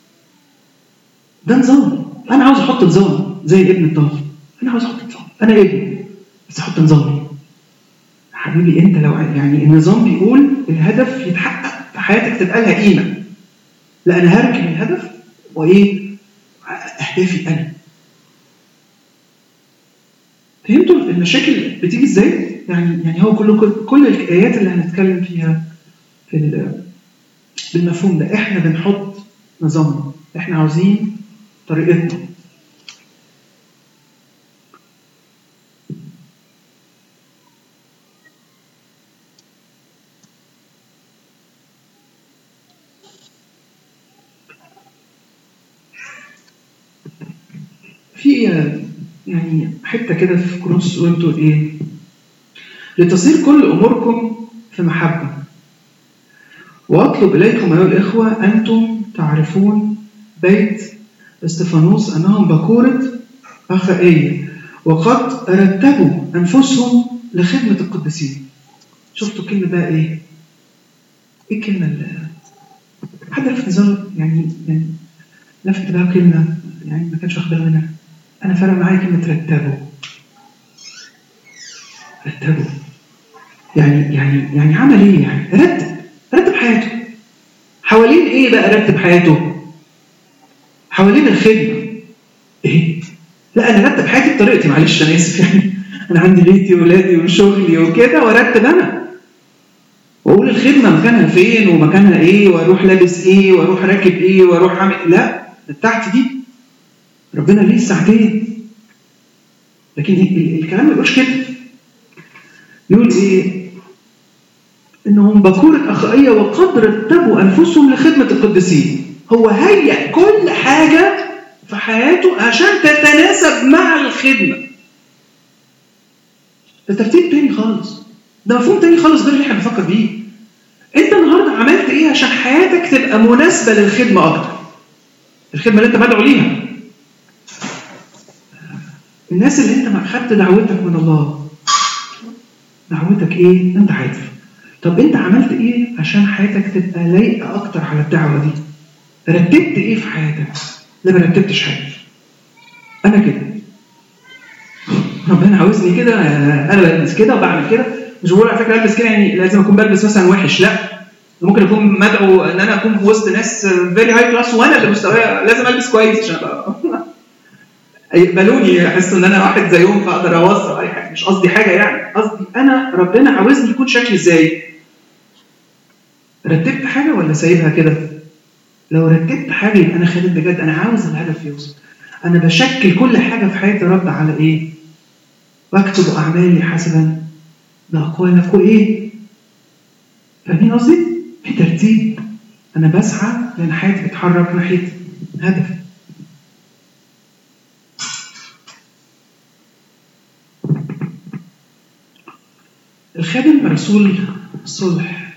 ده نظام. انا عاوز احط نظام زي الابن الضال. انا عاوز احط نظام، انا ابني بس احط نظامي. حبيبي انت لو يعني النظام بيقول الهدف يتحقق في حياتك تبقى لها قيمه، لا انا هركب الهدف وايه اهدافي انا. فهمتوا المشاكل بتيجي ازاي؟ يعني هو كل الايات اللي هنتكلم فيها بالمفهوم ده. احنا بنحط نظامنا، احنا عاوزين طريقتنا. في يعني حته كده في كورنثوس وانتوا ايه؟ لتصير كل اموركم في محبه، واطلب اليكم ايها الاخوه انتم تعرفون بيت استفانوس انهم بكوره اخائيه وقد رتبوا انفسهم لخدمه القديسين. شفتوا الكلمه بقى ايه؟ ايه الكلمه اللي حد لفت نظر يعني لفت بقى كلمه يعني ما كانش واخد باله منها. انا فارق معايا كلمه رتبوا. يعني عمل ايه؟ يعني رتب حياته. حوالين ايه بقى رتب حياته؟ حوالين الخدمه. ايه؟ لا انا رتب حياتي بطريقتي، معلش انا اسف يعني انا عندي بيتي واولادي وشغلي وكده وارتب انا واقول الخدمه مكانها فين ومكانها ايه واروح لابس ايه واروح راكب ايه واروح اعمل. لا، بتاعتي دي ربنا ليه ساعتين. لكن الكلام ما يقولش كده. يقول ايه؟ انهم بكوره اخائيه وقد رتبوا انفسهم لخدمه القديسين. هو هيئ كل حاجه في حياته عشان تتناسب مع الخدمه. ده ترتيب تاني خالص، ده مفهوم تاني خالص غير اللي احنا بنفكر بيه. انت النهارده عملت ايه عشان حياتك تبقى مناسبه للخدمه اكتر؟ الخدمه اللي انت مدعو ليها. الناس اللي انت ما اخدت دعوتك من الله، دعوتك ايه؟ انت عارف. طب انت عملت ايه عشان حياتك تبقى لايقه اكتر على الدعوه دي؟ رتبت ايه في حياتك؟ لا، ما رتبتش حاجه. انا كده، ربنا عاوزني كده، انا بلبس كده وبعمل كده. مش بقول على فكره البس كده يعني لازم اكون بلبس مثلا وحش، لا. ممكن اكون مدعو ان انا اكون في وسط ناس فيري هاي كلاس وانا اللي مستواي لازم البس كويس عشان ابقى يقبلوني، يحسوا ان انا واحد زيهم فاقدر اوصل اي حاجه. مش قصدي حاجه يعني، قصدي انا ربنا عاوزني يكون شكلي ازاي. رتبت حاجه ولا سايبها كده؟ لو رتبت حاجه يبقى انا خادم بجد، انا عاوز الهدف يوصل. انا بشكل كل حاجه في حياتي رد على ايه؟ واكتب اعمالي حسبا باقوالكم ايه؟ فاهمين قصدي؟ في ترتيب. انا بسعى لان حياتي بتتحرك ناحيه هدف. الخادم رسول صلح.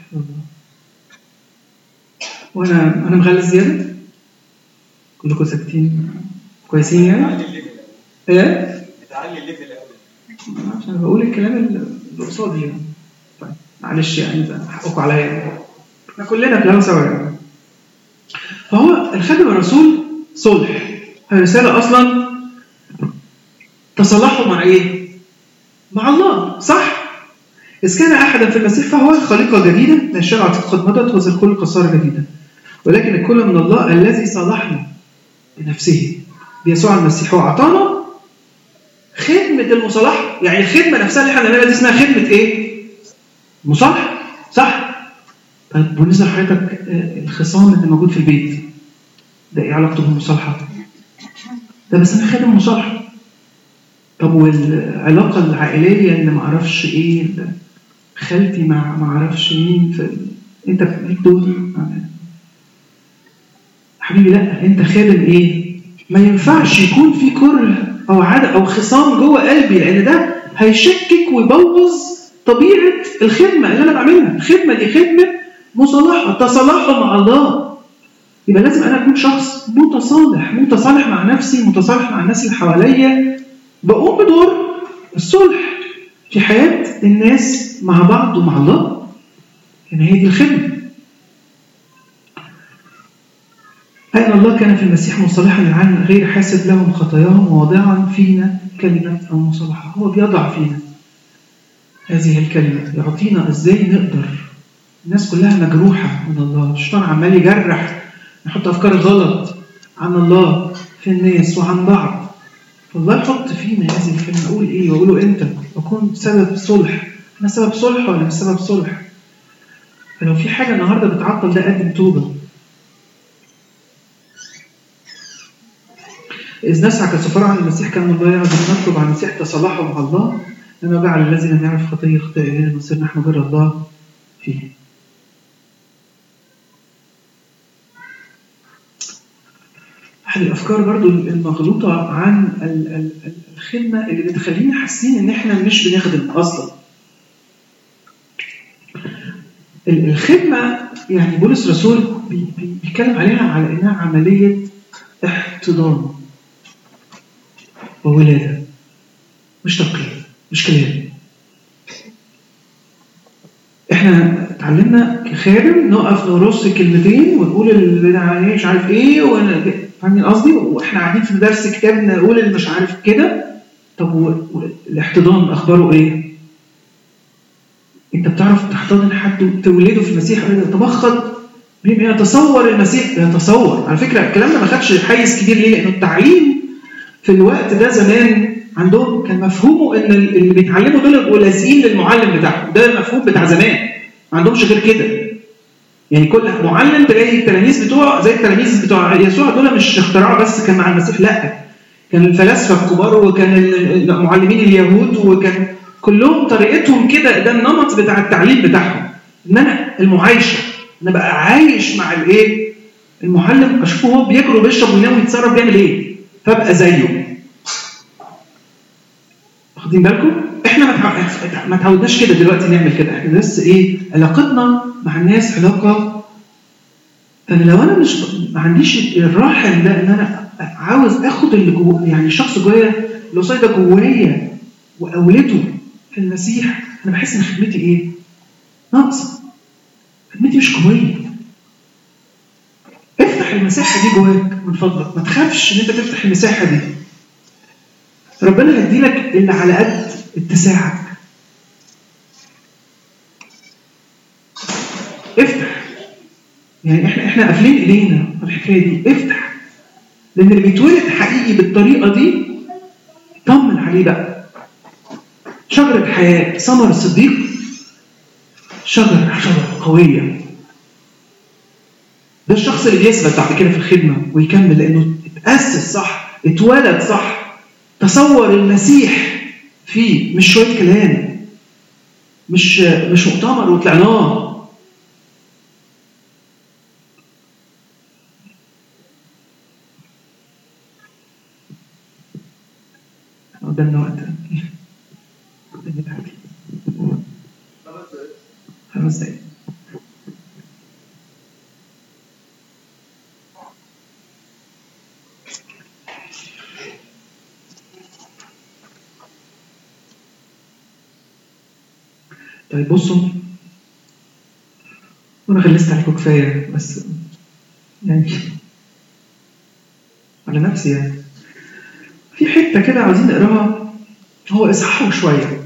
وانا مغلس زياده؟ كلكم ساكتين كويسين يعني؟ ايه؟ بتعلي الليفل قوي عشان بقول الكلام اللي قصادي يعني. طيب معلش يعني حقكم عليا، احنا كلنا في الهوسه يعني. فهو الخادم الرسول صلح. الرساله اصلا تصالحوا مع ايه؟ مع الله، صح؟ إذ كان أحدا في المسيح فهو خليقة جديدة، لا الشرع قد مضت وذا الكل قد صار جديدا، ولكن الكل من الله الذي صالحنا بنفسه بيسوع المسيح وأعطانا خدمة المصالحة. يعني الخدمة نفسها اللي احنا بنعملها دي اسمها خدمة إيه؟ مصالحة، صح؟ طيب بالنسبة لحضرتك الخصام اللي موجود في البيت ده إيه علاقته بالمصالحة؟ ده بس أنا خادم مصالحة. طب والعلاقة العائلية اللي معرفش إيه، خالتي مع معرفش مين انت ليك دول حبيبي. لا، انت خادم ايه؟ ما ينفعش يكون في كره او عدم او خصام جوه قلبي، لان ده هيشكك ويبوظ طبيعه الخدمه اللي انا بعملها. الخدمه دي خدمه مصالحه، تصالحوا مع الله. يبقى لازم انا اكون شخص متصالح مع نفسي، متصالح مع الناس اللي حواليا، بقوم بدور الصلح في حياه الناس مع بعض ومع الله. يعني هي دي الخدمه. أين الله كان في المسيح مصالحا للعالم غير حاسب لهم خطاياهم وواضعا فينا كلمة المصالحة. هو بيضع فينا هذه الكلمة، يعطينا إزاي نقدر. الناس كلها مجروحة من الله، الشيطان عمال يجرح، يحط أفكار غلط عن الله في الناس وعن بعض. فالله يحط فينا هذه الكلمة. أقول إيه؟ وأقوله إمتى؟ أكون سبب صلح. أنا سبب صلح ولا مش سبب صلح؟ فلو في حاجة النهاردة بتعطل ده، قدم توبة. إذ نسعى كسفراء عن المسيح كان الله يعظم نطلب عن المسيح تصالحوا مع الله، لأنه جعل الذي لم يعرف خطية خطية إلينا نصير نحن بر الله فيه. أحد الأفكار برضو المغلوطة عن الخدمة اللي بتخلينا حاسين إن إحنا مش بنخدم أصلا. الخدمة يعني بولس رسول بيتكلم عليها على إنها عملية احتضان وولادة، مش تقليد، مش كلام. احنا اتعلمنا كخادم نقف نرص كلمتين ونقول اللي مش عارف ايه، فاهمين قصدي؟ واحنا قاعدين في درس كتاب نقول اللي مش عارف كده. طب الاحتضان اخباره ايه؟ انت بتعرف تحتضن حد وتولده في المسيح؟ يتبخض يتصور المسيح، يتصور. على فكره الكلام ده ما خدش حيز كبير ليه؟ لانه التعليم في الوقت ده زمان عندهم كان مفهومه ان اللي بيتعلموا دول يبقوا لازقين للمعلم بتاعهم. ده المفهوم بتاع زمان، ما عندهمش غير كده. يعني كل معلم تلاقي التلاميذ بتوعه زي التلاميذ بتوع يسوع دول مش اختراعه بس كان مع المسيح، لا، كان الفلاسفه الكبار وكان المعلمين اليهود وكان كلهم طريقتهم كده. ده النمط بتاع التعليم بتاعهم. ان انا المعايشه، انا بقى عايش مع الايه؟ المعلم، اشوفه هو بياكل وبيشرب وينام ويتصرف بيعمل ايه، فابقى زيه. واخدين بالكم؟ احنا ما تعودناش كده دلوقتي نعمل كده. احنا بس ايه علاقتنا مع الناس علاقه. فانا لو انا مش ما عنديش الراحل ده ان انا عاوز اخد اللي جوه، يعني الشخص جوايا اللي قصادي ده جوايا واولته في المسيح، انا بحس ان خدمتي ايه؟ ناقصه. خدمتي مش قويه. افتح المساحه دي جواك من فضلك، ما تخافش ان انت تفتح المساحه دي. ربنا هيديلك اللي على قد اتساعك. افتح. يعني احنا قافلين ايدينا في الحكايه دي. افتح، لان اللي بيتولد حقيقي بالطريقه دي طمن عليه بقى. شجره حياه، ثمر الصديق شجره قويه. ده الشخص اللي بيثبت بعد كده في الخدمه ويكمل، لانه اتاسس صح، اتولد صح، تصور المسيح فيه، مش شويه كلام، مش مؤتمر وطلعناه. قدامنا وقت 5 دقايق. طيب بصوا، وانا غلست عليكم كفايه، بس يعني على نفسي يعني في حته كده عاوزين نقراها، هو اصحوا شويه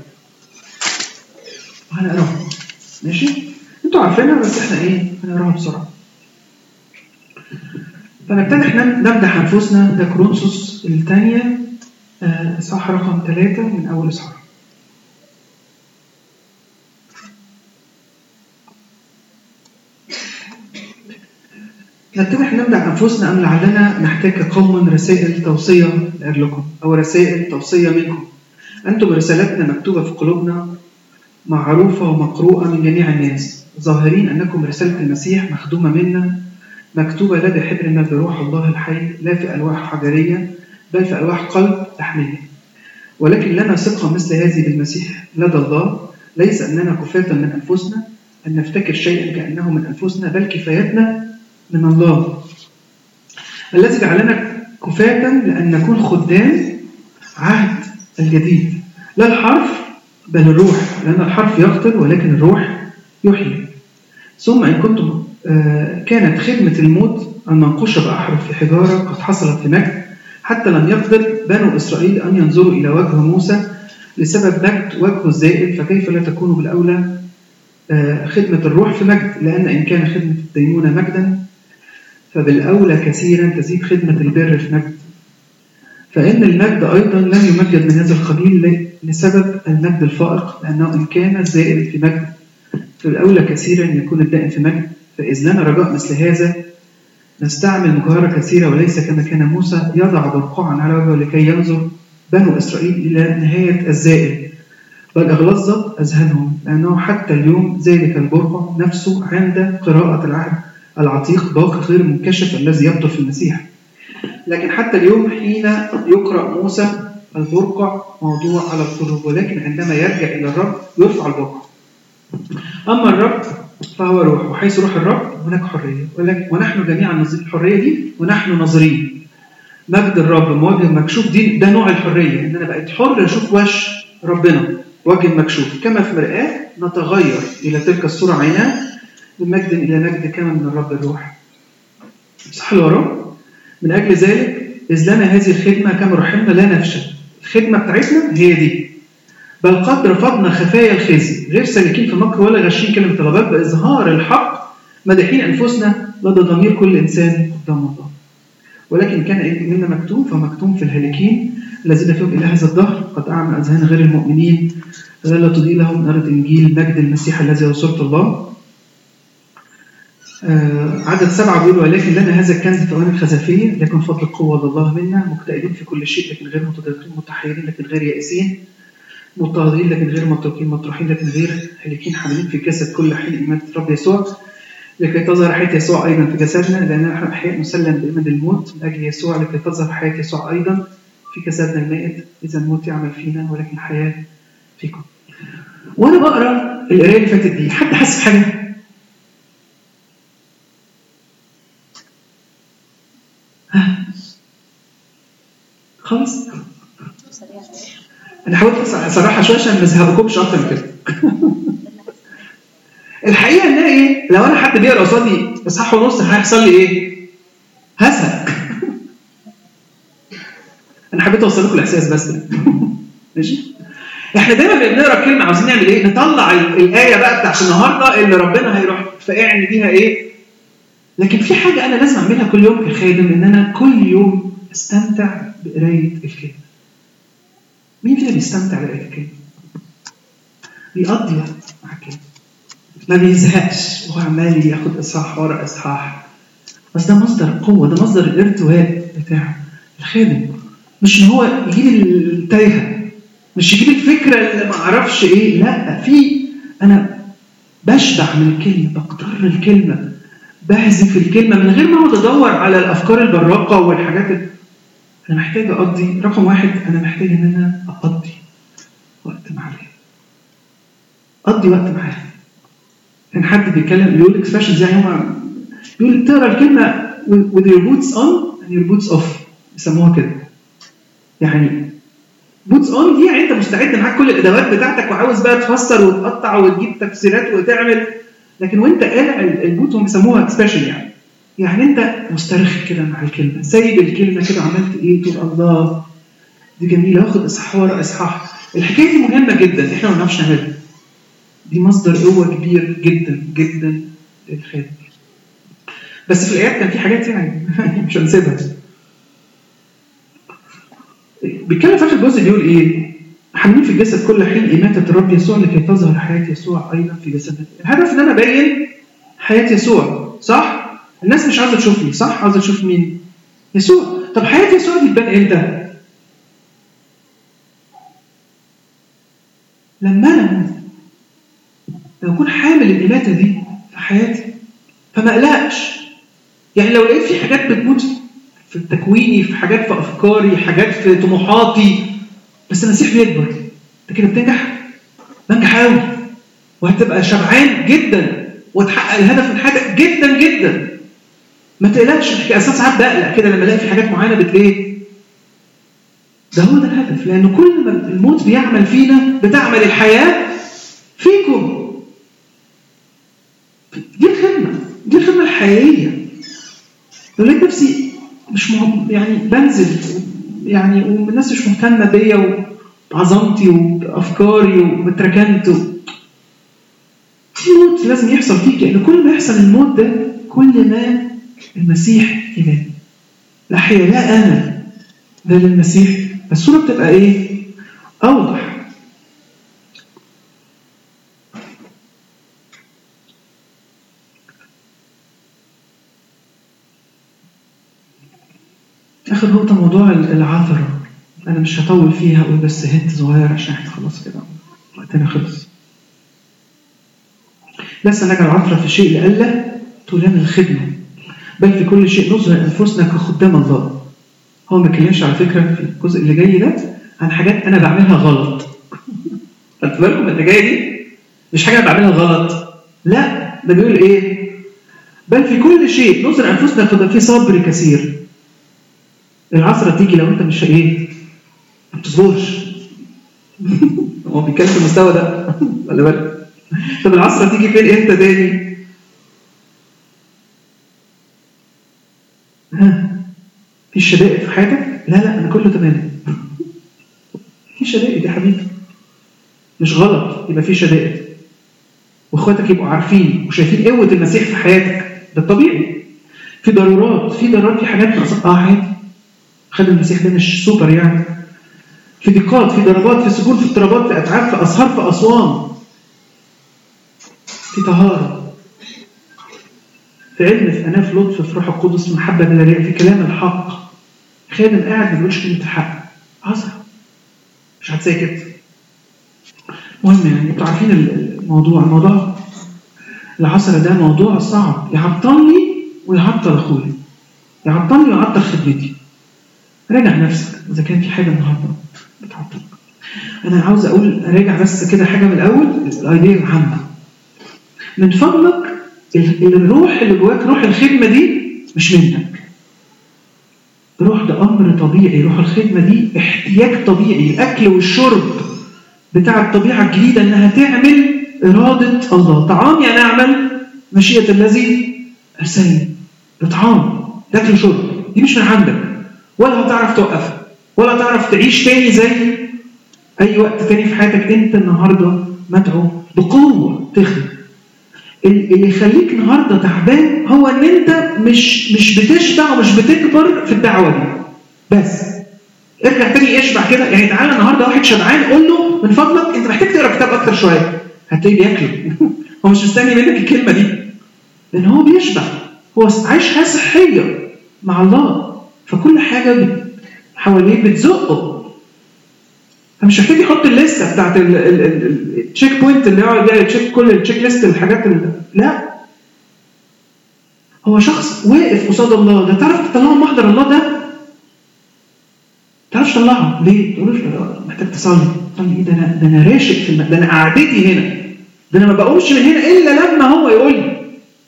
وهنقراها ماشي. انتوا عارفينها بس احنا ايه هنقراها بسرعه. فنبتدي احنا نمدح انفسنا. ده كورنثوس الثانيه اصحاح رقم 3 من اول اصحاح. نبتدي احنا نمدح انفسنا ام لعلنا نحتاج كقوم رسائل توصيه لاجلكم، او رسائل توصيه منكم. انتم رسالتنا مكتوبه في قلوبنا، معروفه ومقروءه من جميع الناس، ظاهرين انكم رساله المسيح مخدومه منا، مكتوبه لا بحبر ما بروح الله الحي، لا في الواح حجريه بل في الواح قلب لحميه. ولكن لنا ثقه مثل هذه بالمسيح لدى الله، ليس اننا كفاة من انفسنا ان نفتكر شيئا كانه من انفسنا، بل كفايتنا من الله الذي جعلنا كفاة لأن نكون خدام عهد الجديد، لا الحرف بل الروح، لأن الحرف يقتل ولكن الروح يحيي. ثم إن كنتم كانت خدمة الموت المنقوشة بأحرف في حجارة قد حصلت في مجد، حتى لم يقدر بنو إسرائيل أن ينظروا إلى وجه موسى لسبب مجد وجهه الزائد، فكيف لا تكون بالأولى خدمة الروح في مجد؟ لأن إن كان خدمة الدينونة مجدا فبالأولى كثيرا تزيد خدمة البر في مجد. فإن المجد أيضا لم يمجد من هذا القبيل لسبب المجد الفائق، لأنه إن كان الزائد في مجد فبالأولى كثيرا يكون الدائم في مجد. فإذ لنا رجاء مثل هذا نستعمل مجاهرة كثيرة، وليس كما كان موسى يضع برقعا على وجهه لكي ينظر بنو إسرائيل إلى نهاية الزائد، بل أغلظت أذهانهم، لأنه حتى اليوم ذلك البرقع نفسه عند قراءة العهد العتيق باقي غير منكشف الذي يبطل في المسيح. لكن حتى اليوم حين يقرأ موسى البرقع موضوع على القلوب، ولكن عندما يرجع إلى الرب يرفع البرقع. أما الرب فهو روح، وحيث روح الرب هناك حرية، ونحن جميعا الحرية دي ونحن ناظرين مجد الرب مواجه مكشوف. دي ده نوع الحرية، إن أنا بقيت حر أشوف وش ربنا وجه مكشوف، كما في مرآة نتغير إلى تلك الصورة عيناه من مجد إلى مجد كما من الرب الروح. صح الورا؟ من أجل ذلك إذ لنا هذه الخدمة كما رحمنا لا نفشل. الخدمة بتاعتنا هي دي، بل قد رفضنا خفايا الخزي، غير سالكين في مكر ولا غاشين كلمة الغلط، بإظهار الحق مدحين أنفسنا لدى ضمير كل إنسان قدام الله. ولكن كان منا مكتوب فمكتوب في الهالكين الذين فيهم إلى هذا الدهر قد أعمى أذهان غير المؤمنين لا تضيء لهم نار إنجيل مجد المسيح الذي هو صورة الله. عدد 7 بيقول ولكن لنا هذا الكنز في أواني خزفية، لكن فضل القوة لله منا، مجتهدين في كل شيء لكن غير متضايقين، متحيرين لكن غير يائسين، مضطهدين لكن غير متروكين، مطروحين لكن غير هالكين، حاملين في الجسد كل حين إيمان الرب يسوع، لكي تظهر حياة يسوع أيضا في جسدنا، لأننا نحن أحياء نسلم بإيمان الموت من أجل يسوع، لكي تظهر حياة يسوع أيضا في جسدنا المائت. إذا الموت يعمل فينا ولكن الحياة فيكم. وانا بقرا القرايه اللي فاتت دي، حد حاسس بحاجه؟ خالص؟ انا حاولت اصرحها شويه عشان ما ازهقكمش اكتر من كده. الحقيقه ان ايه، لو انا حد بيقرا قصادي اصحاح ونص هيحصل لي ايه؟ هزهق. انا حبيت اوصل لكم الاحساس بس ده. ماشي؟ احنا دايما بنقرا كلمه عاوزين نعمل ايه؟ نطلع الايه بقى بتاعت النهارده اللي ربنا هيروح فاعل بيها ايه؟ لكن في حاجه انا لازم اعملها كل يوم كخادم، ان انا كل يوم استمتع بقرايه الكلمه. مين فينا بيستمتع بقرايه الكلمه؟ بيقضي وقت مع الكلمه، ما بيزهقش وهو عمال ياخد اصحاح ورا اصحاح. بس ده مصدر قوه، ده مصدر الارتواء بتاع الخادم. مش ان هو يجيب التايهه، مش يجيب الفكره اللي ما اعرفش ايه، لا، في انا بشبع من الكلمه، بقتر الكلمه، بهزف الكلمه من غير ما اقعد ادور على الافكار البراقه والحاجات. انا محتاج اقضي، رقم واحد انا محتاج ان انا اقضي وقت معاه، اقضي وقت معاه. كان حد بيتكلم بيقول اكسبريشنز، يعني هو بيقول تقرا الكلمه with your boots on and your boots off، بيسموها كده. يعني بوتس اون دي يعني انت مستعد معاك كل الادوات بتاعتك وعاوز بقى تفسر وتقطع وتجيب تفسيرات وتعمل، لكن وانت قالع البوت هم بيسموها اكسبريشن، يعني انت مسترخي كده مع الكلمه، سايب الكلمه كده، عملت ايه؟ تقول الله دي جميله، واخد اصحاح ورا اصحاح. الحكايه دي مهمه جدا، احنا ما بنعرفش نعملها. دي مصدر قوه كبير جدا جدا للخادم. بس في الايات كان في حاجات يعني مش هنسيبها. بيتكلم في اخر الجزء بيقول ايه؟ حاملين في الجسد كل حين إماتة الرب يسوع لكي تظهر حياة يسوع أيضا في جسدنا. الهدف ان انا ابين حياة يسوع، صح؟ الناس مش عاوزه تشوفني، صح؟ عاوزه تشوف مين؟ يسوع. طب حياة يسوع دي تبان امتى؟ لما انا اكون حامل الإماتة دي في حياتي، فما اقلقش. يعني لو لقيت في حاجات بتموت في تكويني، في حاجات في افكاري، حاجات في طموحاتي، بس المسيح بيكبر، انت كده بتنجح، بنجح قوي، وهتبقى شبعان جدا وتحقق الهدف من حاجه جدا جدا. ما تقلقش. اساسا ساعات بقلق كده لما الاقي في حاجات معينه بتلاقي ده هو ده الهدف، لان كل ما الموت بيعمل فينا بتعمل الحياه فيكم. دي الخدمه الحقيقيه. لو لقيت نفسي مش يعني بنزل يعني والناس مش مهتمه بيا وعظمتي وافكاري ومتركنت، في موت لازم يحصل فيك، لان كل ما يحصل الموت ده كل ما المسيح يبان. لا حياة لا انا، ده للمسيح. الصوره بتبقى ايه؟ اوضح. اخر نقطه موضوع العثره. انا مش هطول فيها، اقول بس هنت صغير عشان احنا خلاص كده وقتنا خلص. لسه نجعل العثره في شيء لألا تلام الخدمه، بل في كل شيء نظهر انفسنا كخدام الله. هو ما كلمش على فكره في الجزء اللي جاي ده عن حاجات انا بعملها غلط. خدت بالكم اللي جاي دي مش حاجه انا بعملها غلط، لا، ده بيقول ايه؟ بل في كل شيء نظهر انفسنا في صبر كثير. العثره تيجي لو انت مش ايه، ما بتصبرش. هو بيتكلم في المستوى ده ولا بالك؟ طب العصرة تيجي فين امتى تاني؟ في شدائد في حياتك؟ لا انا كله تمام. في شدائد يا حبيبي، مش غلط يبقى في شدائد، واخواتك يبقوا عارفين وشايفين قوة المسيح في حياتك، ده الطبيعي. في ضرورات، في حاجات عادي، خد المسيح ده مش سوبر يعني. في ضيقات، في ضربات، في سجون، في اضطرابات، في اتعاب، في اسهار، في اسوان، في طهارة، في علم، في أناة، في لطف، في روح القدس، في محبة بلا رياء، في كلام الحق. خادم قاعد ما بيقولش كلمة الحق، عذر مش هتساكت. مهم يعني انتوا عارفين الموضوع العصر ده موضوع صعب، يعطلني ويعطل اخويا، يعطلني ويعطل خدمتي. راجع نفسك اذا كان في حاجه النهارده بتعطلك. انا عاوز اراجع بس كده حاجه من الاول. الايديا العامه من فضلك، الروح اللي جواك، روح الخدمه دي مش منك. روح ده امر طبيعي، روح الخدمه دي احتياج طبيعي، الاكل والشرب بتاع الطبيعه الجديده انها تعمل اراده الله. طعام يعني اعمل مشيئه الذي ارسلني. ده طعام، ده اكل وشرب، دي مش من عندك، ولا هتعرف توقفها، ولا هتعرف تعيش تاني زي اي وقت تاني في حياتك. انت النهارده مدعو بقوه تخدم. اللي يخليك النهارده تعبان هو ان انت مش بتشبع ومش بتكبر في الدعوه دي. بس ارجع تاني اشبع كده. يعني تعالى النهارده واحد شبعان قول له من فضلك انت محتاج تقرا كتاب اكتر شويه، هتلاقيه بياكله. هو مش مستني منك الكلمه دي، لان هو بيشبع، هو عايش حياه صحيه مع الله، فكل حاجه حواليه بتزقه. فمش محتاج يحط الليسته بتاعت التشيك بوينت اللي يقعد يتشيك كل التشيك ليست الحاجات لا، هو شخص واقف قصاد الله. ده تعرف تطلعه من محضر الله؟ ده تعرفش تطلعه ليه؟ تقولوش محتاج تصلي ايه؟ ده انا راشق في ده انا قعدتي هنا، ده انا ما بقومش من هنا الا لما هو يقول لي.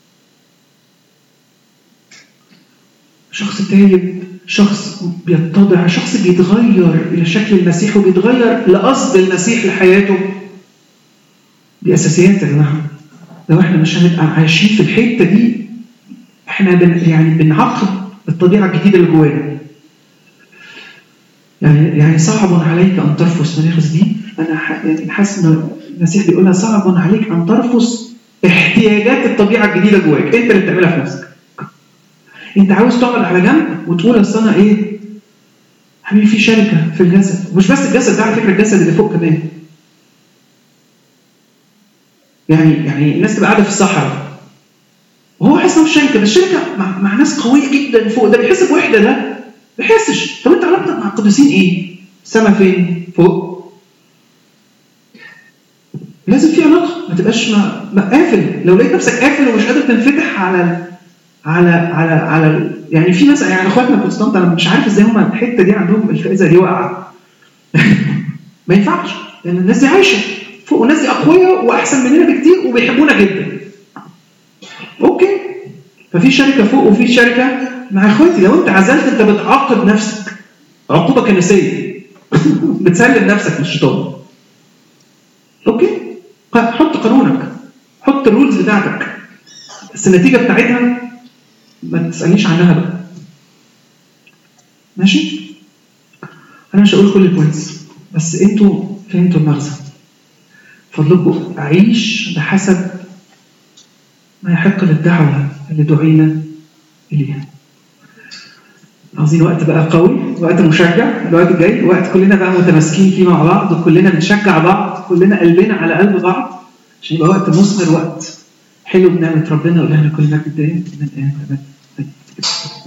شخص تايب، شخص بيتضع، شخص بيتغير إلى شكل المسيح وبيتغير لقصد المسيح لحياته. دي أساسيات يا جماعة. لو احنا مش هنبقى عايشين في الحتة دي، احنا بنعقد الطبيعة الجديدة اللي جوانا. يعني صعب عليك أن ترفض مناخذ دي. أنا يعني حاسس إن المسيح بيقولها صعب عليك أن ترفض احتياجات الطبيعة الجديدة جواك. أنت اللي بتعملها في نفسك. انت عاوز تقعد على جنب وتقول اصل انا ايه حبيبي، في شركه في الجسد. مش بس الجسد ده، على فكره الجسد اللي فوق كمان. يعني الناس تبقى قاعده في الصحراء وهو حاسس انه في شركه، بس الشركه مع ناس قويه جدا فوق، ده بيحس بوحده، ده ما بيحسش. طب انت علاقتك مع القديسين ايه؟ السما فين؟ فوق. لازم في علاقه، ما تبقاش قافل. لو لقيت نفسك قافل ومش قادر تنفتح على يعني في ناس، يعني اخواتنا البروتستانت انا مش عارف ازاي هم الحته دي عندهم الفائزه دي واقعه. ما ينفعش، لان الناس دي عايشه فوق، والناس دي اقوياء واحسن مننا بكتير وبيحبونا جدا. اوكي، ففي شركه فوق وفي شركه مع اخواتي. لو انت عزلت انت بتعاقب نفسك عقوبه كنسيه. بتسلم نفسك للشيطان. اوكي، حط قانونك، حط الرولز بتاعتك، بس النتيجه بتاعتها ما تسألنيش عنها بقى. ماشي؟ أنا مش هقول كل البوينتس، بس أنتوا فهمتوا المغزى. فضلكم أعيش بحسب ما يحق للدعوة اللي دعينا إليها. عاوزين وقت بقى قوي، وقت مشجع. الوقت الجاي وقت كلنا بقى متماسكين فيه مع بعض، وكلنا بنشجع بعض، كلنا قلبنا على قلب بعض، عشان يبقى وقت مثمر، وقت حلو بنعمة ربنا. ولهنا كل مجد دائم من الآن.